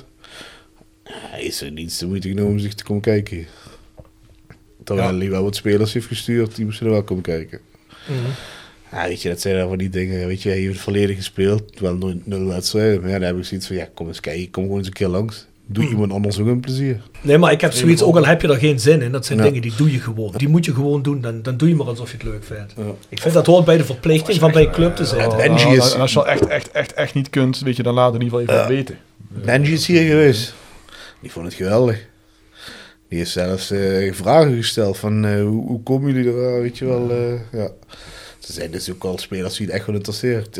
Is er niets de moeite genomen om zich te komen kijken. Terwijl hij wel wat spelers heeft gestuurd, die moesten er wel komen kijken. Ja, weet je, dat zijn dan van die dingen. Weet je, hij heeft het volledig gespeeld, wel 0 wedstrijden. Maar dan heb ik zoiets van, kom eens kijken, kom gewoon eens een keer langs. Doe iemand anders ook een plezier. Nee, maar ik heb zoiets, ook al heb je er geen zin in, dat zijn dingen die doe je gewoon. Die moet je gewoon doen, dan doe je maar alsof je het leuk vindt. Ja. Ik vind dat hoort bij de verplichting van bij een club te zijn. En als je al echt niet kunt, weet je, dan laat het in ieder geval even weten. Benji is hier geweest. Die vond het geweldig. Die heeft zelfs vragen gesteld van hoe komen jullie er, weet je wel. Er zijn dus ook al spelers die het echt wel interesseert.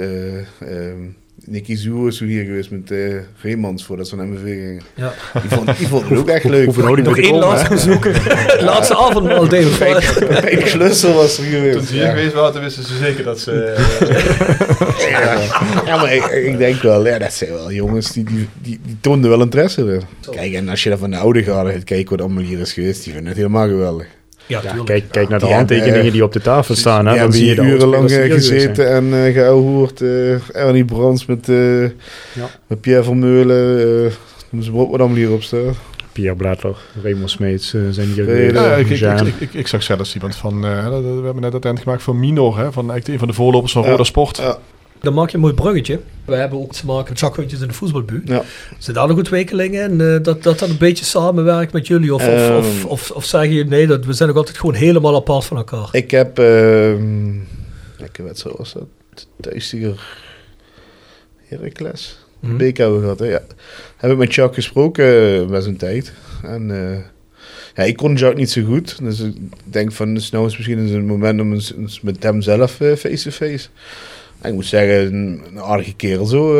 Nicky Zoer is hier geweest met Reemans voordat ze naar MVV gingen. Ja. Die vond het ook echt leuk. Nog één laatste zoeken. Laatste avondmaal deden. Pijn Schlusser was er geweest. Toen ze hier geweest waren, wisten ze zeker dat ze... ja, maar ik denk wel, dat zijn wel jongens die toonden wel interesse in. Kijk, en als je dan van de oude garde gaat kijken wat allemaal hier is geweest, die vinden het helemaal geweldig. Ja, kijk naar de handtekeningen die op de de tafel staan. Die hebben hier urenlang gezeten en geouwehoerd. Ernie Brands met Pierre Vermeulen. Noem ze wat allemaal hierop staan. Pierre Bladler, Raymond Smeets zijn hier. Ik zag zelfs iemand van... we hebben net het eind gemaakt van Minor. Hè, van eigenlijk een van de voorlopers van Roda Sport. Ja. Dan maak je een mooi bruggetje. We hebben ook te maken met zakhondjes in de voetbalbuurt. Ja. Zijn daar nog ontwikkelingen en dat een beetje samenwerkt met jullie? Of zeggen jullie nee, we zijn ook altijd gewoon helemaal apart van elkaar? Ik heb... wat was dat? Thuis tegen Heracles. BK hebben we gehad, hè? Ja. Heb ik met Jacques gesproken met zijn tijd. En ik kon Jacques niet zo goed. Dus ik denk van, dus nou is misschien een moment om eens met hem zelf face-to-face. Ik moet zeggen, een aardige kerel zo.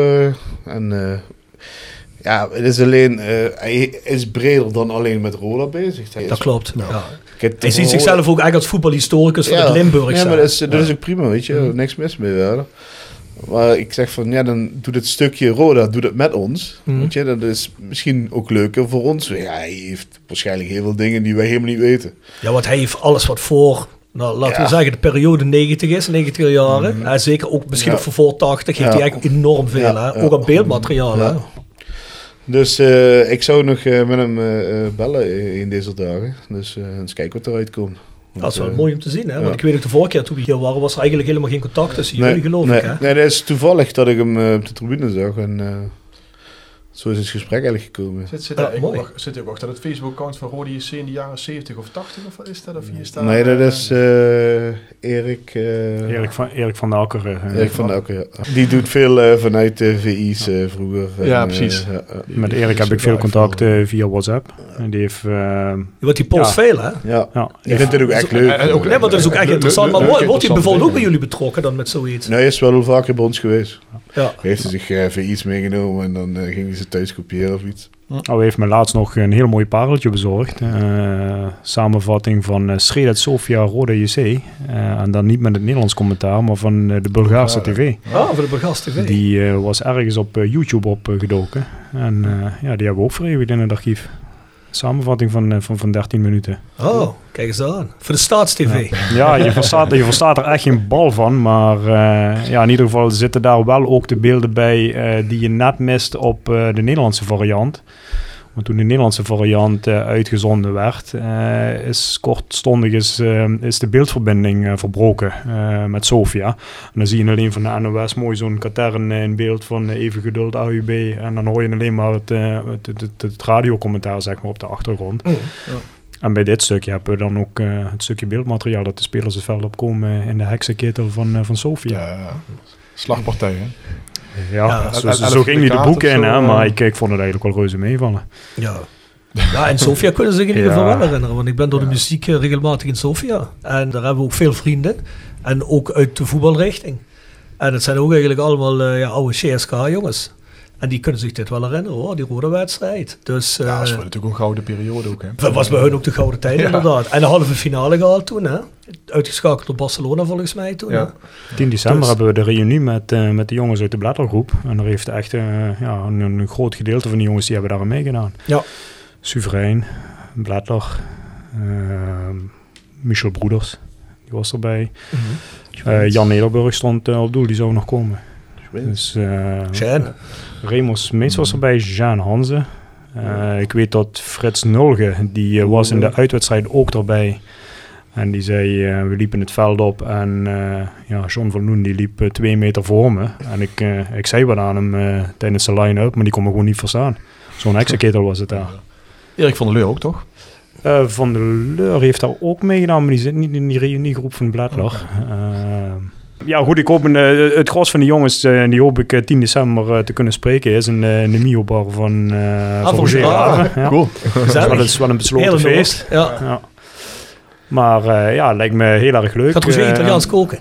Het is alleen, hij is breder dan alleen met Roda bezig. Dat klopt. Ja. Hij ziet zichzelf ook eigenlijk als voetbalhistoricus van het Limburgse. Ja, maar dat is ook prima, weet je. Niks mis mee. Ja. Maar ik zeg van, dan doet het stukje Roda, doet het met ons. Weet je, dat is misschien ook leuker voor ons. Ja, hij heeft waarschijnlijk heel veel dingen die wij helemaal niet weten. Ja, want hij heeft alles wat voor... Nou, laten we zeggen, de periode 90 jaren. Zeker ook misschien ook voor 80 heeft hij eigenlijk enorm veel. Ook aan beeldmateriaal. Ja. Dus ik zou nog met hem bellen in deze dagen. Dus eens kijken wat eruit komt. Dat is wel mooi om te zien. Hè? Want ik weet ook de vorige keer toen we hier waren, was er eigenlijk helemaal geen contact tussen jullie, geloof ik. Hè? Nee, dat is toevallig dat ik hem op de tribune zag. En zo is het gesprek eigenlijk gekomen. Zit hij ook achter het Facebook-account van Roda JC in de jaren 70 of 80? Of wat is dat? Of hier staat, nee, dat is Erik... Erik van der Akker. Erik van der Akker, ja. Die doet veel vanuit de VI's vroeger. Ja, precies. Met Erik heb ik veel contact via WhatsApp. En die heeft... Want die post veel, hè? Ja. Ik vind het ook echt leuk. Nee, maar dat is ook echt interessant. Maar wordt hij bijvoorbeeld ook bij jullie betrokken dan met zoiets? Nee, hij is wel vaker bij ons geweest. heeft hij zich even iets meegenomen en dan ging hij ze thuis kopiëren of iets. Hij heeft me laatst nog een heel mooi pareltje bezorgd. Samenvatting van Sredet Sofia Roda JC. En dan niet met het Nederlands commentaar, maar van de Bulgaarse tv. Van de Bulgaarse tv. Die was ergens op YouTube opgedoken. En die hebben we ook vereeuwigd in het archief. Samenvatting van 13 minuten. Oh, kijk eens aan. Voor de Staatstv. Ja, je verstaat er echt geen bal van. Maar in ieder geval zitten daar wel ook de beelden bij die je net mist op de Nederlandse variant. Want toen de Nederlandse variant uitgezonden werd, is kortstondig is de beeldverbinding verbroken met Sofia. En dan zie je alleen van de NOS mooi zo'n katern in beeld van even geduld AUB. En dan hoor je alleen maar het radiocommentaar zeg maar, op de achtergrond. Ja. En bij dit stukje hebben we dan ook het stukje beeldmateriaal dat de spelers het veld opkomen in de heksenketel van Sofia. Ja, slagpartij hè? Ja, zo ging die de boeken in, hè, maar ik vond het eigenlijk wel reuze meevallen. Ja, en Sofia kunnen ze zich in ieder geval wel herinneren, want ik ben door de muziek regelmatig in Sofia. En daar hebben we ook veel vrienden, en ook uit de voetbalrichting. En het zijn ook eigenlijk allemaal oude CSK-jongens. En die kunnen zich dit wel herinneren hoor, die rode wedstrijd. Dus, dat was natuurlijk een gouden periode ook. Hè? Dat was bij hun ook de gouden tijd inderdaad. En de halve finale gehaald toen, hè. Uitgeschakeld door Barcelona volgens mij toen. Ja. 10 december hebben we de reunie met de jongens uit de Bladlergroep. En daar heeft echt een groot gedeelte van die jongens die hebben daar aan meegedaan. Ja. Suverijn, Bladler, Michel Broeders, die was erbij. Mm-hmm. Jan Nederburg stond op doel, die zou nog komen. Dus, Remo Smeets was erbij, Jean Hanze. Ik weet dat Frits Nulge, die was in de uitwedstrijd ook erbij. En die zei, we liepen het veld op en John van Loen die liep 2 meter voor me. En ik zei wat aan hem tijdens de line-up, maar die kon me gewoon niet verstaan. Zo'n heksenketel was het daar. Erik van der Leur ook, toch? Van der Leur heeft daar ook meegedaan, maar die zit niet in die reuniegroep van Bladler. Ja goed, ik hoop het gros van de jongens, die hoop ik 10 december te kunnen spreken, is in de Mio-bar van Roger. Ja. Cool. Dat is wel een besloten feest. Ja. Maar het lijkt me heel erg leuk. Gaat Roger Italiaans koken?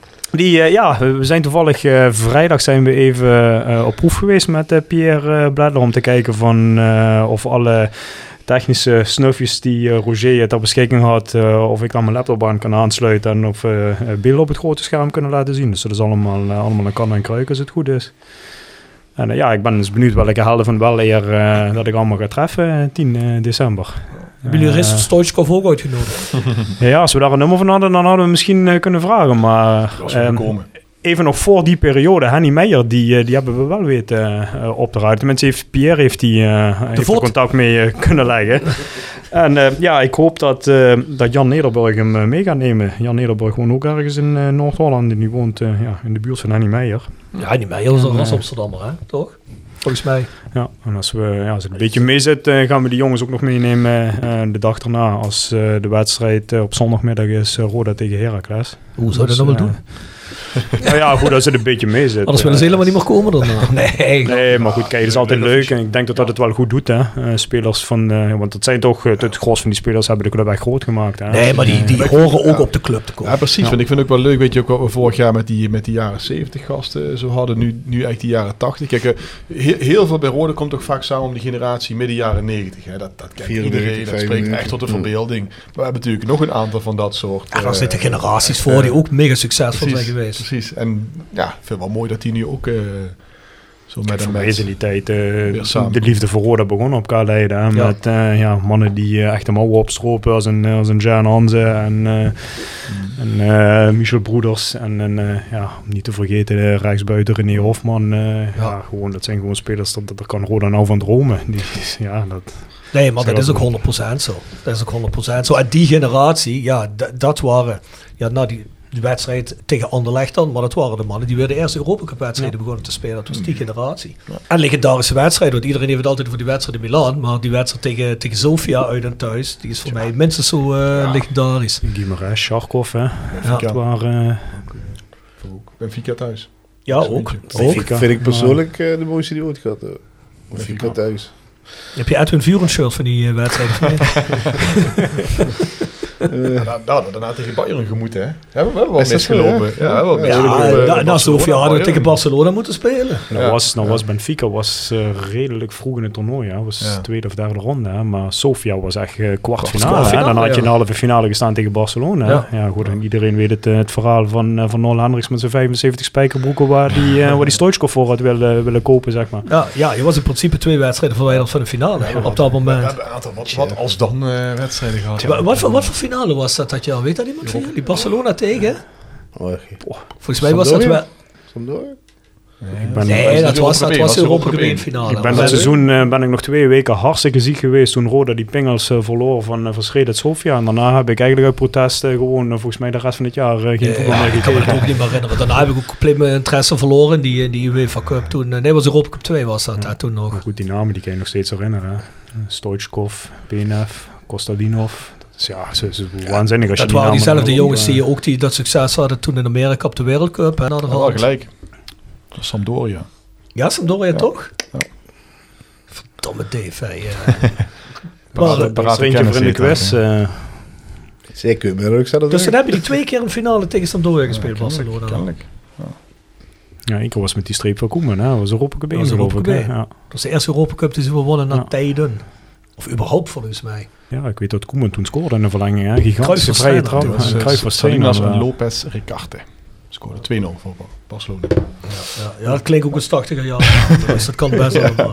We zijn toevallig vrijdag zijn we even op proef geweest met Pierre Bladler om te kijken van of alle technische snufjes die Roger ter beschikking had, of ik dan mijn laptop aan kan aansluiten en of beelden op het grote scherm kunnen laten zien. Dus dat is allemaal een kan en kruik als het goed is. En ik ben dus benieuwd welke helden van wel eer dat ik allemaal ga treffen 10 december. Hebben jullie Richard Stoichkov ook uitgenodigd? Ja, als we daar een nummer van hadden, dan hadden we misschien kunnen vragen. Maar even nog voor die periode, Henny Meijer, die hebben we wel weten op te ruiten. Tenminste, Pierre heeft er contact mee kunnen leggen. En ik hoop dat Jan Nederburg hem mee gaat nemen. Jan Nederburg woont ook ergens in Noord-Holland. En die woont in de buurt van Henny Meijer. Ja, Henny Meijer is een ras Amsterdammer, hè? Toch? Volgens mij. Ja, en als het een beetje mee zit, gaan we die jongens ook nog meenemen de dag daarna. Als de wedstrijd op zondagmiddag is Roda tegen Heracles. Hoe zou je dat nou wel doen? Goed, als het een beetje mee zit. Anders willen ze helemaal niet meer komen dan. Nee, maar goed, kijk, het is altijd leuk. En ik denk dat het wel goed doet, hè. Spelers van... want het zijn toch... Het gros van die spelers hebben de club echt groot gemaakt, hè. Nee, maar die horen ook op de club te komen. Ja, precies. Ja. Want ik vind het ook wel leuk, weet je, ook wat we vorig jaar met die jaren 70 gasten zo hadden. Nu echt die jaren 80. Kijk, heel veel bij Roda komt toch vaak samen om die generatie midden jaren 90. Hè. Dat kent iedereen. Dat spreekt echt tot de verbeelding. Maar we hebben natuurlijk nog een aantal van dat soort... daar zitten generaties voor die ook mega succesvol zijn geweest. Precies. En ik vind het wel mooi dat die nu ook zo met hem in die tijd de liefde voor Roda begonnen op K-Leiden. Met mannen die echt de mouwen opstropen als een Jan Hanze en Michel Broeders. En om niet te vergeten de rechtsbuiten René Hofman. Gewoon, dat zijn gewoon spelers, daar kan Roda nou van dromen. Nee, maar dat is ook 100% zo. Dat is ook 100% zo. En die generatie, dat waren... die wedstrijd tegen Anderlecht dan, maar dat waren de mannen die weer de eerste Europacup-wedstrijden begonnen te spelen. Dat was die generatie. Ja. En legendarische wedstrijd, want iedereen heeft het altijd over die wedstrijd in Milaan, maar die wedstrijd tegen Sofia uit en thuis, die is voor mij minstens zo legendarisch. Guimarães, Sharkov, hè. Benfica thuis. Ja, ook. Vind ik persoonlijk de mooiste die ooit gehad. Benfica thuis. Heb je Edwin Vuren shirt van die wedstrijd? Daarna tegen Bayern gemoet, hè? Hebben we wel misgelopen. Ja, we hebben wel misgelopen. Na Sofia hadden we tegen Barcelona moeten spelen. Was Benfica redelijk vroeg in het toernooi. Hè. Was tweede of derde ronde. Hè. Maar Sofia was echt kwartfinale. Hè. Dan had je in de halve finale gestaan tegen Barcelona. Ja, goed, en iedereen weet het verhaal van Noel Hendricks met zijn 75 spijkerbroeken waar die Stoichkov voor had willen kopen, zeg maar. Ja, je was in principe 2 wedstrijden verwijderd van de finale op dat moment. We hebben een aantal wat als dan wedstrijden gehad. Wat voor finale was dat jaar? Weet dat iemand van jullie? Barcelona tegen? Volgens mij was dat wel... Sampdoria? Dat was de Europa Cup 1 finale. Ik ben dat seizoen ben ik nog 2 weken hartstikke ziek geweest toen Roda die pingels verloor van Schreden Sofia. En daarna heb ik eigenlijk uit protest gewoon volgens mij de rest van het jaar geen voetbal meer gekeken. Ik kan me het ook niet meer herinneren. Daarna heb ik ook compleet mijn interesse verloren. Die UEFA Cup toen. Nee, was Europa Cup 2 was dat toen nog. Maar goed, die namen die kan je nog steeds herinneren. Stoichkov, Benev, Kostadinov. Ze waanzinnig als je dat waren diezelfde jongens die ook dat succes hadden toen in Amerika op de Wereldcup. Wel gelijk. Sampdoria. Ja, Sampdoria toch? Ja. Verdomme Dave. Eentje voor in de quiz. Zeker, maar dus dan heb je die 2 keer een finale tegen Sampdoria gespeeld, Barcelona. Kennelijk. Ja, één keer was met die streep van Koeman. Dat was Europa Cup 1 geloof ik. Dat was de eerste Europa Cup die ze wonnen na tijden. Of überhaupt volgens mij. Ja, ik weet dat Koeman toen scoorde in de verlenging. Gigantische vrije trap. Cruijff was Salinas en Lopez Ricarte. Scoorde 2-0 voor Barcelona. Ja, dat klinkt ook een 80er jaar. Dus dat kan best wel.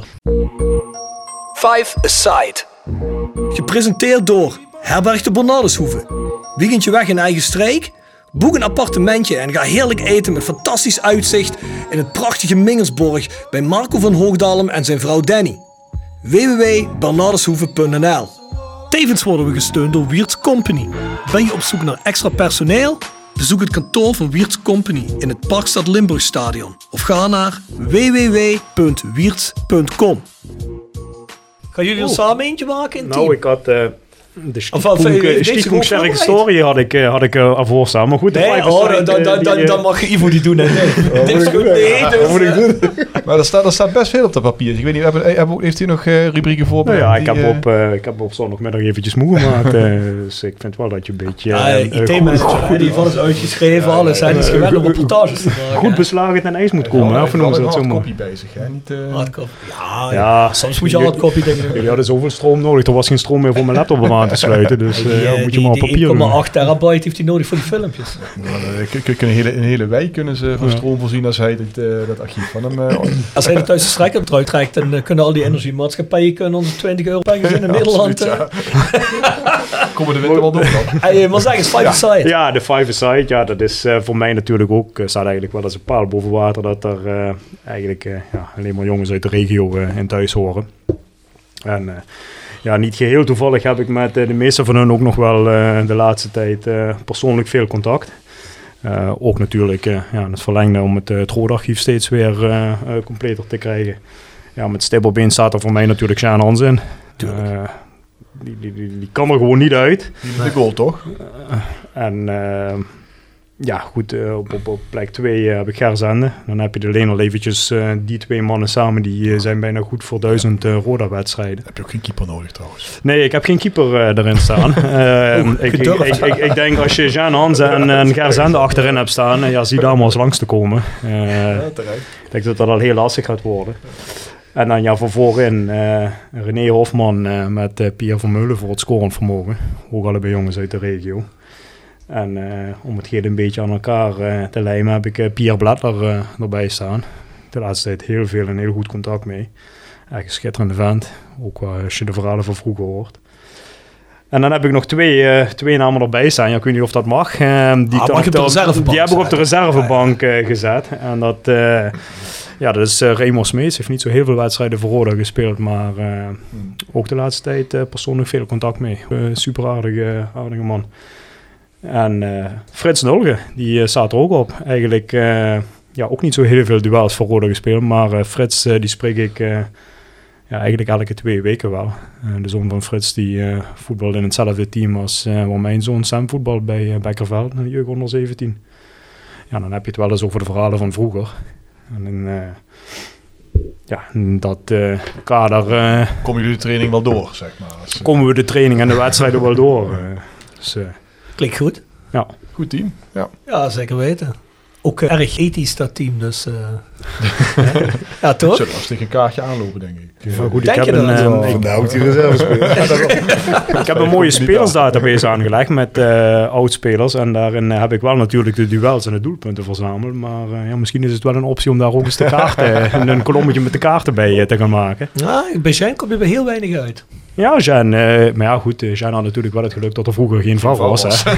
5-A-Side. Gepresenteerd door Herberg de Bernardeshoeve. Weekendje weg in eigen streek? Boek een appartementje en ga heerlijk eten met fantastisch uitzicht in het prachtige Mingelsborg bij Marco van Hoogdalem en zijn vrouw Danny. www.bernardeshoeve.nl. Tevens worden we gesteund door Wiertz Company. Ben je op zoek naar extra personeel? Bezoek het kantoor van Wiertz Company in het Parkstad Limburgstadion of ga naar www.wiertz.com. Gaan jullie samen eentje maken in team? Ik had de Stiefkoeksterke historie had ik ervoor staan. Maar goed, dan mag je Ivo die doen. Nee, moet ik doen. Maar er staat best veel op dat papier. Ik weet niet, heeft u nog rubrieken voorbereid? Nou ja, ik heb op zondagmiddag eventjes moe gemaakt. Dus ik vind wel dat je een beetje... IT-manager, die van is uitgeschreven, alles. Hij is gewend om reportages te maken. Goed beslagen ten ijs moet komen. Of noemen ze dat zo mooi. Hardcopy bezig, hè? Niet, hardcopy. Ja, soms moet je hardcopy denken. Jullie hadden zoveel stroom nodig. Er was geen stroom meer voor mijn laptop om aan te sluiten. Dus moet je maar op papier doen. 1,8 terabyte heeft hij nodig voor die filmpjes. Een hele wijk kunnen ze van stroom voorzien als hij dat archief van hem... Als hij de thuis de strekker eruit trekt, dan kunnen al die energiemaatschappijen onze €20 pengels in Nederland. Komen de winter wel door dan. Maar zeg eens, 5-A-Side. Ja, de 5-A-Side, ja, dat is voor mij natuurlijk ook, staat eigenlijk wel als een paal boven water, dat er eigenlijk alleen maar jongens uit de regio in thuis horen. En niet geheel toevallig heb ik met de meeste van hen ook nog wel de laatste tijd persoonlijk veel contact. Ook natuurlijk het verlengde om het Roda-archief steeds weer completer te krijgen. Ja, met stip op één staat er voor mij natuurlijk Sjaan Hans in. Die kan er gewoon niet uit. De goal toch? Op plek 2 heb ik Gerzende. Dan heb je alleen al eventjes die 2 mannen samen. Die zijn bijna goed voor 1000 Roda-wedstrijden. Heb je ook geen keeper nodig trouwens? Nee, ik heb geen keeper erin staan. Ik denk als je Jean Hans en Gerzende achterin hebt staan, zie daar maar eens langs te komen. Ik denk dat dat al heel lastig gaat worden. En dan voor voorin René Hofman met Pierre Vermeulen voor het scorend vermogen. Ook allebei jongens uit de regio. En om het geheel een beetje aan elkaar te lijmen heb ik Pierre Bladler erbij staan. De laatste tijd heel veel en heel goed contact mee. Echt een schitterende vent. Ook als je de verhalen van vroeger hoort. En dan heb ik nog twee namen erbij staan. Ja, ik weet niet of dat mag. Die heb ik op de reservebank gezet. En dat is Remo Smeets. Heeft niet zo heel veel wedstrijden voor Roda gespeeld. Maar ook de laatste tijd persoonlijk veel contact mee. Super aardige man. En Frits Nolge, die staat er ook op. Eigenlijk ook niet zo heel veel duels voor Roda gespeeld. Maar Frits, die spreek ik eigenlijk elke 2 weken wel. De zoon van Frits, die voetbalde in hetzelfde team als waar mijn zoon Sam voetbal bij Bekkerveld, een jeugd onder 17. Ja, dan heb je het wel eens over de verhalen van vroeger. En dat kader... Komen jullie de training wel door, zeg maar? Komen we de training en de wedstrijden wel door? Dus, Klinkt goed. ja. Goed team. Ja. Ja, zeker weten. Ook erg ethisch dat team, dus... ja, toch? Zullen we als tegen een kaartje aanlopen, denk ik. Ja, goed, Denk je dat wel? Vandaar ook die reserve spelen. Ik heb een mooie spelersdatabase aangelegd met oudspelers. En daarin heb ik wel natuurlijk de duels en de doelpunten verzameld. Maar misschien is het wel een optie om daar ook eens de kaarten, een kolommetje met de kaarten bij te gaan maken. Ja, bij Jean kom je bij heel weinig uit. Ja, Jean. Maar ja, goed. Jean had natuurlijk wel het geluk dat er vroeger geen VAR was. Hè?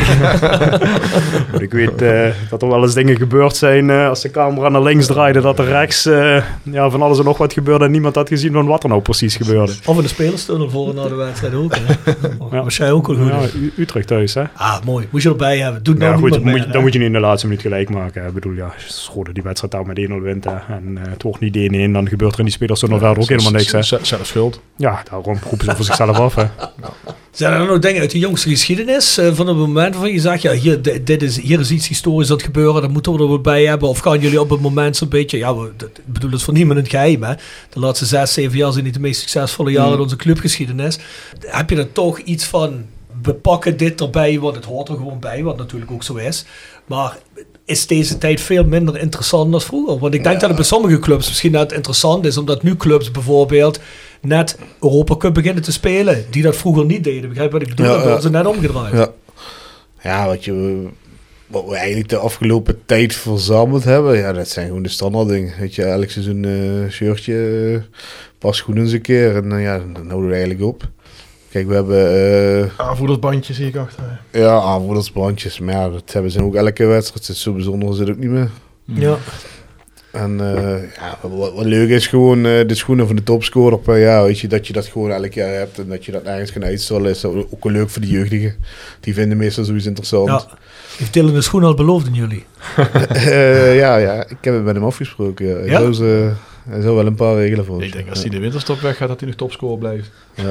Maar ik weet dat er wel eens dingen gebeurd zijn als de camera naar links draaide, dat er rechts van alles en nog wat gebeurde en niemand had gezien van wat er nou precies gebeurde. Of in de spelerstunnel voor en na de wedstrijd ook. Ja, was jij ook wel goed. Ja, Utrecht thuis, hè? Ah, mooi. Moest je erbij hebben. Doe nou goed, meer, dan moet je niet in de laatste minuut gelijk maken. Ik bedoel, ja, als Rode die wedstrijd daar met 1-0 wint en het wordt niet 1-1, dan gebeurt er in die spelerstunnel verder ook helemaal niks. Hè? Zelf schuld. Ja, daarom roepen ze voor zichzelf af. Hè? Zijn er dan ook dingen uit de jongste geschiedenis van het moment waarvan je zegt, ja, hier is iets historisch dat gebeuren, dat moeten we er wel bij hebben? Of gaan jullie op het moment zo'n beetje, ja, ik bedoel het voor niemand het geheim, hè? De laatste 6, 7 jaar zijn niet de meest succesvolle jaren in onze clubgeschiedenis. Heb je er toch iets van, we pakken dit erbij, want het hoort er gewoon bij, wat natuurlijk ook zo is. Maar is deze tijd veel minder interessant dan vroeger? Want ik denk dat het bij sommige clubs misschien net interessant is, omdat nu clubs bijvoorbeeld net Europa Cup beginnen te spelen, die dat vroeger niet deden. Begrijp wat ik bedoel? Dat hebben ze net omgedraaid. Ja, wat we eigenlijk de afgelopen tijd verzameld hebben, ja, dat zijn gewoon de standaard dingen. Weet je, elk seizoen shirtje, pas schoenen eens een keer en dan houden we eigenlijk op. Kijk, we hebben... aanvoerdersbandjes zie ik achter. Ja, aanvoerdersbandjes. Maar ja, dat hebben ze ook elke wedstrijd. Het is zo bijzonder, is het ook niet meer. Ja. En wat leuk is gewoon de schoenen van de topscorer per jaar. Weet je, dat je dat gewoon elk jaar hebt en dat je dat ergens kan uitstellen. Is dat ook wel leuk voor de jeugdigen. Die vinden meestal zoiets interessant. Ja. Heeft Dylan de schoen al beloofd in jullie? Ja, ik heb het met hem afgesproken. Ja. Hij zou wel een paar regelen voor. Ik denk als hij de winterstop weggaat, dat hij nog topscorer blijft. Ja.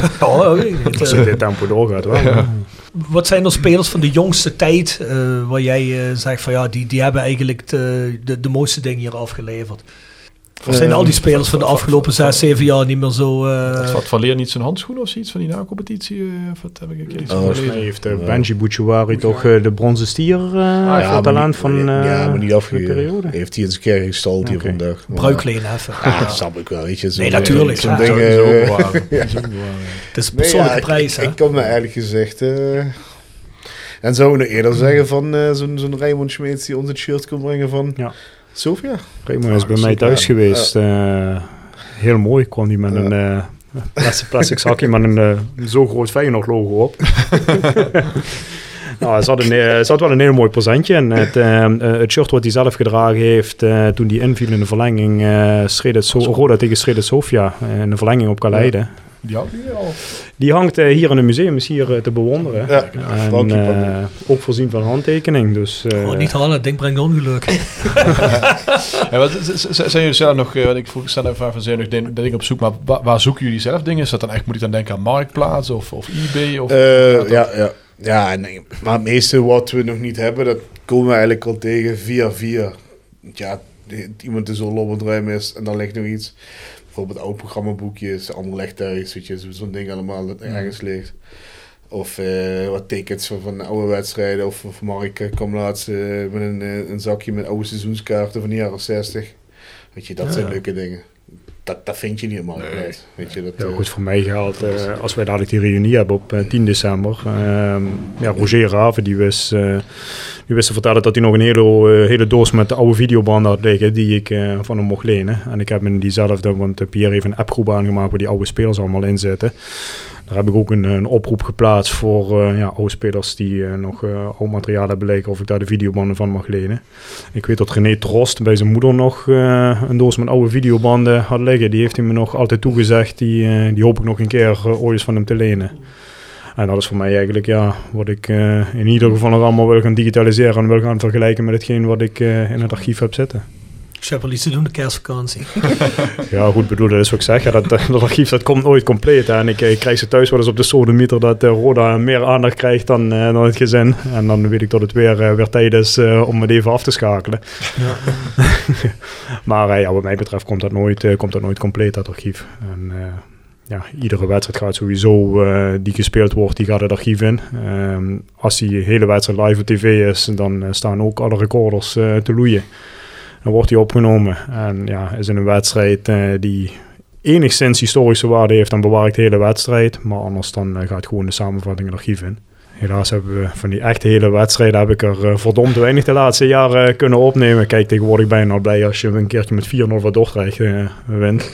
Als dit tempo doorgaat wel. Ja. Wat zijn er spelers van de jongste tijd waar jij zegt van ja, die hebben eigenlijk de mooiste dingen hier afgeleverd? Of zijn al die spelers van de afgelopen 6, 7 jaar niet meer zo... Wat Van Leer niet zijn handschoenen of zoiets van die na-competitie? Wat heb ik een keer iets van gelezen? Heeft Benji Bouchouari toch de bronzen stier talent van maar niet afgegeven. periode? Heeft hij eens een keer gestald hier vandaag. Bruikleen even. Ja, dat snap ik wel. Weet je, nee, natuurlijk. Zo'n ding... Het is een persoonlijke prijs. Ik kan me eigenlijk gezegd... en zou ik nog eerder zeggen van zo'n Raymond Schmeets die ons het shirt kon brengen van... Ja. Sofia? Raymond is bij mij thuis geweest. Heel mooi. Kwam hij met een plastic zakje met een zo groot Feyenoord logo op. Nou, hij zat wel een heel mooi presentje. En het shirt wat hij zelf gedragen heeft toen hij inviel in de verlenging, Roda tegen Sreda Sofia in de verlenging op Kaleide. Die hangt hier in het museum, is hier te bewonderen. Ja, en ook voorzien van handtekening. Dus, niet halen, het ding brengt ongeluk. Zijn jullie zelf nog, ik vroeg zelf even van zijn nog dingen op zoek, maar waar zoeken jullie zelf dingen? Is dat dan echt, moet ik dan denken aan Marktplaats of eBay? Of, ja, nee. Maar het meeste wat we nog niet hebben, dat komen we eigenlijk al tegen via. Ja, iemand is zo lobbendruim is en dan ligt nog iets. Bijvoorbeeld oud programmaboekjes, Anderlecht thuis, weet je, zo'n ding allemaal dat ergens ligt. Of wat tickets van de oude wedstrijden. Of Mark kwam laatst met een zakje met oude seizoenskaarten van de jaren 60. Weet je, dat zijn leuke dingen. Dat vind je niet helemaal. Nee. Weet je, dat, goed, voor mij geldt, als wij dadelijk die reunie hebben op 10 december. Roger Raven, die wist te vertellen dat hij nog een hele doos met de oude videobanden had liggen die ik van hem mocht lenen. En ik heb in diezelfde, want Pierre heeft een appgroep aangemaakt waar die oude spelers allemaal in zitten. Daar heb ik ook een oproep geplaatst voor oude spelers die nog oud materiaal hebben liggen, of ik daar de videobanden van mag lenen. Ik weet dat René Trost bij zijn moeder nog een doos met oude videobanden had liggen. Die heeft hij me nog altijd toegezegd. Die hoop ik nog een keer ooit eens van hem te lenen. En dat is voor mij eigenlijk wat ik in ieder geval nog allemaal wil gaan digitaliseren en wil gaan vergelijken met hetgeen wat ik in het archief heb zitten. Dus je hebt wel iets te doen de kerstvakantie. Ja, goed bedoeld, dat is wat ik zeg. Dat archief dat komt nooit compleet. Hè. En ik krijg ze thuis wel eens op de sodemieter dat Roda meer aandacht krijgt dan het gezin. En dan weet ik dat het weer tijd is om het even af te schakelen. Ja. Maar wat mij betreft komt dat nooit compleet, dat archief. En iedere wedstrijd gaat sowieso die gespeeld wordt, die gaat het archief in. Als die hele wedstrijd live op tv is, dan staan ook alle recorders te loeien. Dan wordt die opgenomen. En is in een wedstrijd die enigszins historische waarde heeft, dan bewaar ik de hele wedstrijd. Maar anders dan gaat gewoon de samenvatting het archief in. Helaas hebben we van die echte hele wedstrijden heb ik er verdomd weinig de laatste jaren kunnen opnemen. Kijk, tegenwoordig ben je nou blij als je een keertje met 4-0 van Dordrecht wint.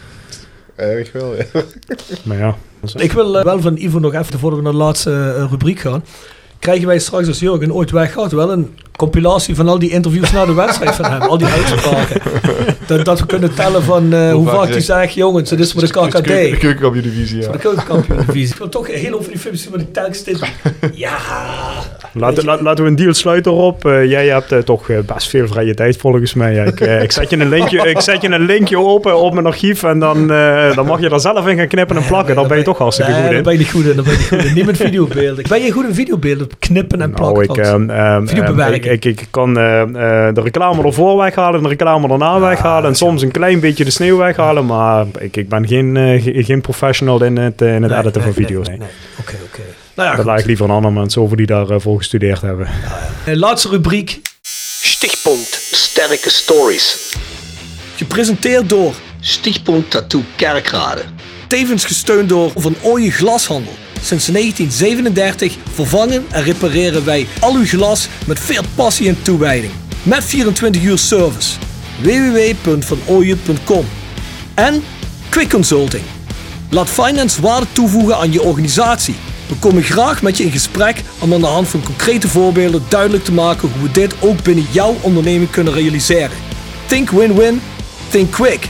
Erg wel, ja. Maar ja. Ik wil wel van Ivo nog even, voordat we naar de laatste rubriek gaan. Krijgen wij straks, als Jurgen ooit weggaat, wel een compilatie van al die interviews na de wedstrijd van hem. Al die uitspraken. Dat we kunnen tellen van hoe vaak hij zegt, jongens, het is voor de KKD. De keukenkampioen-divisie, ja. Voor de keukenkampioen-divisie. Ik wil toch heel over die films zien met die tekst in. Ja. Laten we een deal sluiten erop. Jij hebt toch best veel vrije tijd volgens mij. Ik zet je een linkje open op mijn archief en dan mag je er zelf in gaan knippen en plakken. Dan ben je toch hartstikke goed in. Daar ben je niet goed in. Niet met videobeelden. Ben je goed in videobeelden? Knippen en plakken? Videobewerking. Ik kan de reclame ervoor weghalen en de reclame erna weghalen. En soms een klein beetje de sneeuw weghalen. Maar ik ben geen professional in het editen van video's. Nee. Oké. Nou ja, dat laat ik liever aan andere mensen over die daarvoor gestudeerd hebben. Laatste rubriek. Stichtpunt Sterke Stories. Gepresenteerd door Stichtpunt Tattoo Kerkrade. Tevens gesteund door Van Ooyen Glashandel. Sinds 1937 vervangen en repareren wij al uw glas met veel passie en toewijding. Met 24 uur service. www.vanooyen.com. En Quick Consulting. Laat finance waarde toevoegen aan je organisatie. We komen graag met je in gesprek om aan de hand van concrete voorbeelden duidelijk te maken hoe we dit ook binnen jouw onderneming kunnen realiseren. Think win-win, think quick.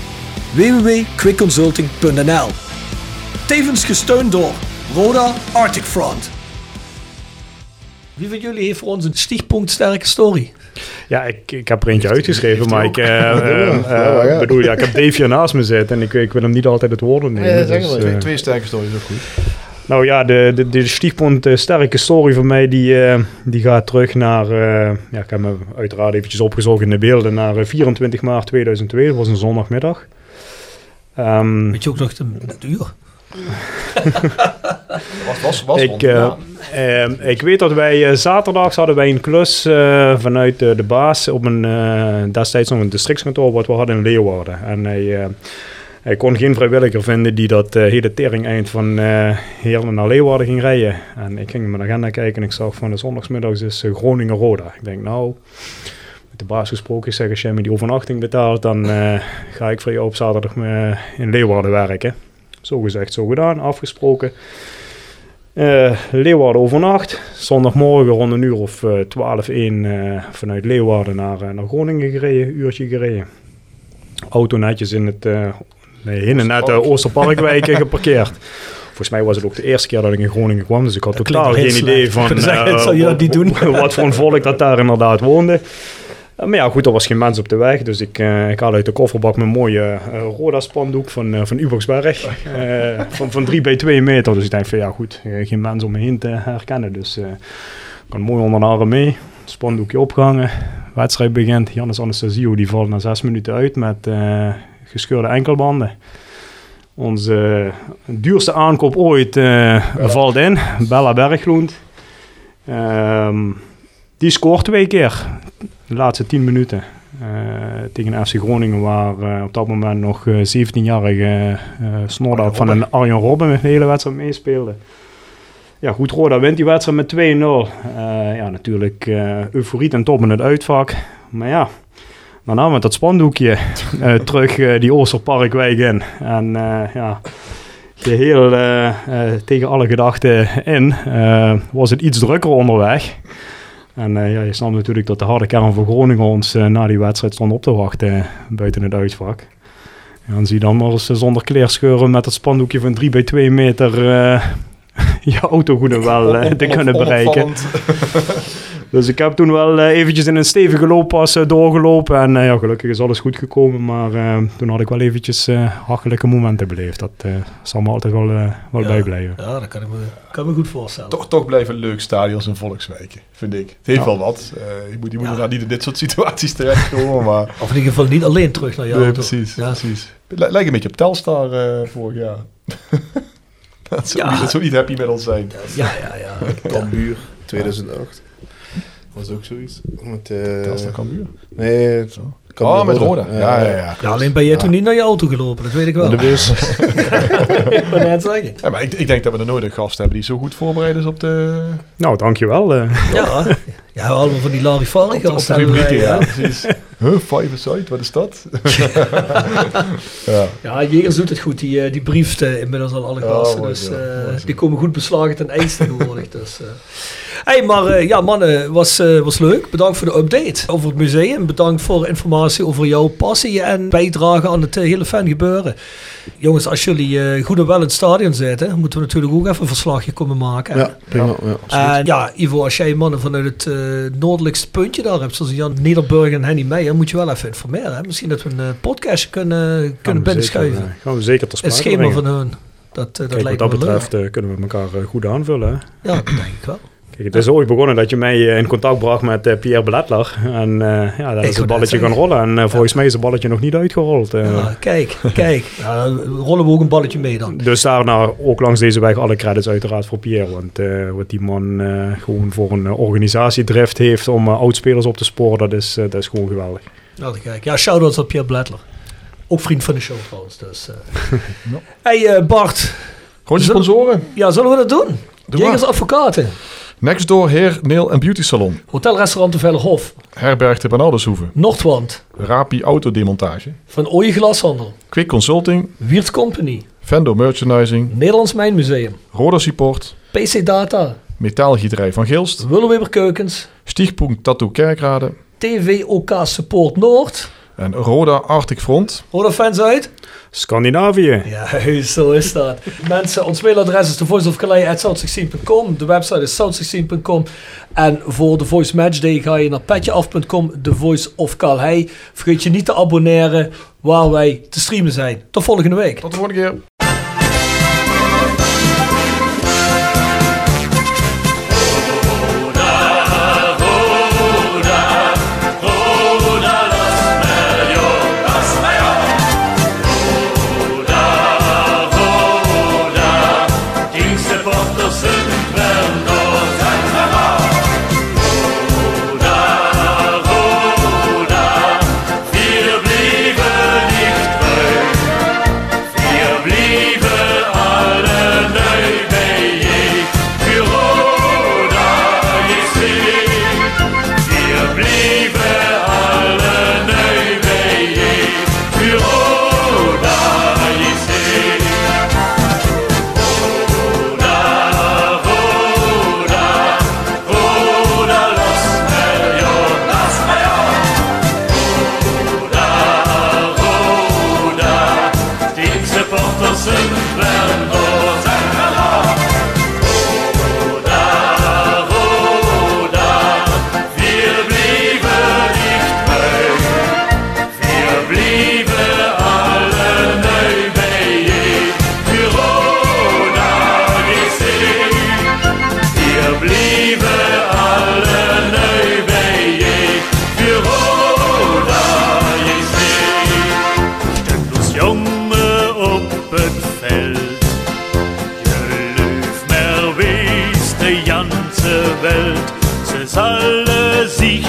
www.quickconsulting.nl. Tevens gesteund door Roda Arctic Front. Wie van jullie heeft voor ons een stichtpunt sterke story? Ja, ik heb er eentje uitgeschreven, maar ik bedoel, ik heb Dave naast me zitten en ik wil hem niet altijd het woord nemen. Ja, dus, twee sterke stories, ook goed. Nou ja, de stichtpunt sterke story van mij, die gaat terug naar, ik heb me uiteraard eventjes opgezocht in de beelden, naar 24 maart 2002, dat was een zondagmiddag. Weet je ook nog het uur? Ik weet dat wij zaterdags hadden wij een klus vanuit de baas op een destijds nog een districtskantoor wat we hadden in Leeuwarden. En hij kon geen vrijwilliger vinden die dat hele tering-eind van Heerlen naar Leeuwarden ging rijden. En ik ging mijn agenda kijken en ik zag van de zondagsmiddags is Groningen-Roda. Ik denk nou, met de baas gesproken, ik zeg als jij me die overnachting betaalt, dan ga ik voor jou op zaterdag in Leeuwarden werken. Zo gezegd, zo gedaan, afgesproken. Leeuwarden overnacht. Zondagmorgen rond een uur of 12:01 vanuit Leeuwarden naar Groningen gereden, uurtje gereden. Auto netjes in het Oosterparkwijk geparkeerd. Volgens mij was het ook de eerste keer dat ik in Groningen kwam, dus ik had totaal geen idee van zal je dat niet doen? Wat voor een volk dat daar inderdaad woonde. Maar ja, goed, er was geen mens op de weg, dus ik haal uit de kofferbak mijn mooie Roda-spandoek van Ubersberg. Van 3 bij 2 meter, dus ik denk van ja goed, geen mens om me heen te herkennen. Dus ik kan mooi onder de arm mee, spandoekje opgehangen, wedstrijd begint. Jannes Anastasio die valt na 6 minuten uit met gescheurde enkelbanden. Onze duurste aankoop ooit valt in, Bella Berglund. Die scoort 2 keer. De laatste 10 minuten tegen FC Groningen, waar op dat moment nog 17-jarige Snorda van een Arjen Robben de hele wedstrijd meespeelde. Ja goed, Roda wint die wedstrijd met 2-0. Ja, natuurlijk euforie ten top in het uitvak. Maar ja, daarna met dat spandoekje terug die Oosterparkwijk in. En geheel tegen alle gedachten in was het iets drukker onderweg. En je snapt natuurlijk dat de harde kern van Groningen ons na die wedstrijd stond op te wachten buiten het uitvak. En dan zie je dan maar eens zonder kleerscheuren met dat spandoekje van 3 bij 2 meter je auto goed en wel te kunnen bereiken. Dus ik heb toen wel eventjes in een stevige looppas doorgelopen. En gelukkig is alles goed gekomen. Maar toen had ik wel eventjes hachelijke momenten beleefd. Dat zal me altijd wel bijblijven. Ja, dat kan me goed voorstellen. Toch blijven leuk stadions in volkswijken, vind ik. Het heeft wel wat. Je moet inderdaad niet in dit soort situaties terechtkomen. Maar of in ieder geval niet alleen terug naar jou. Nee, precies. Lijkt een beetje op Telstar vorig jaar. Dat zou niet happy met ons zijn. Ja. Cambuur, 2008. Was ook zoiets. Dat is de Cambuur? Nee, Cambuur met Roda. Ja. Alleen ben jij toen niet naar je auto gelopen, dat weet ik wel. De bus. Ik wil net zeggen. Ja, maar ik denk dat we er nooit een gast hebben die zo goed voorbereid is op de... Nou, dankjewel. Ja, allemaal van die Larifari gasten. Op de rubrieken, ja, precies. Five-a-side, wat is dat? Ja, Jegers doet het goed. Die brieft inmiddels al alle gasten. Mooi, dus mooi. die komen goed beslagen ten ijs tegenwoordig. Dus, hey, maar mannen, was leuk. Bedankt voor de update over het museum. Bedankt voor informatie over jouw passie en bijdrage aan het hele fangebeuren. Jongens, als jullie goed en wel in het stadion zitten, moeten we natuurlijk ook even een verslagje komen maken. Ja, prima. En Ivo, als jij mannen vanuit het noordelijkste puntje daar hebt, zoals Jan Nederburg en Henny Meijer, moet je wel even informeren. Hè? Misschien dat we een podcastje kunnen binnenschuiven. Gaan we zeker ter Het sprake schema brengen. van hun. Dat Kijk, lijkt wat dat me betreft leuk. kunnen we elkaar goed aanvullen. Hè? Ja, dat denk ik wel. Kijk, het is ooit begonnen dat je mij in contact bracht met Pierre Beletler. En daar is het balletje gaan rollen. En volgens mij is het balletje nog niet uitgerold. Kijk. Ja, rollen we ook een balletje mee dan. Dus daarna ook langs deze weg alle credits uiteraard voor Pierre. Want wat die man gewoon voor een organisatiedrift heeft om oudspelers op te sporen, dat is gewoon geweldig. Ja, shout-outs aan Pierre Beletler. Ook vriend van de show trouwens. Dus, Hey Bart. Gewoon je sponsoren. Ja, zullen we dat doen? Jegers Advocaten. Nextdoor Hair, Nail en Beauty Salon. Hotelrestaurant de Vellerhof. Herberg de Bernardeshoeve. Noordwand. Rapi Autodemontage. Van Ooije Glashandel. Quick Consulting. Wiert Company. Vendo Merchandising. Nederlands Mijnmuseum. Roda Support. PC Data. Metaalgieterij van Gilst. Willeweber Keukens. Stichtpunt Tattoo Kerkrade. TVOK Support Noord. En Roda Arctic Front. Roda fans uit? Scandinavië. Ja, zo is dat. Mensen, ons mailadres is thevoiceofcalais@south16.com. De website is south16.com. En voor The Voice Matchday ga je naar petjeaf.com, The Voice of Calais. Vergeet je niet te abonneren waar wij te streamen zijn. Tot volgende week. Tot de volgende keer. Alle sich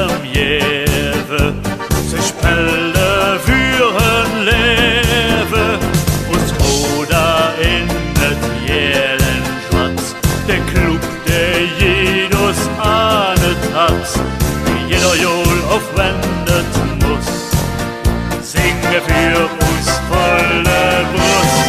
vermjeven, ze spelen voor hun leven. Ons Roda in het jelen zwart, de club de jedos aan het hart. Jeder Jol aufwendet muss, zingen für uns volle Brust.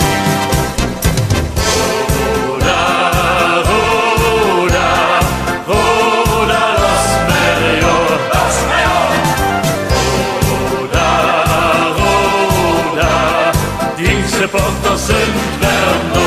Supporters sind Werner.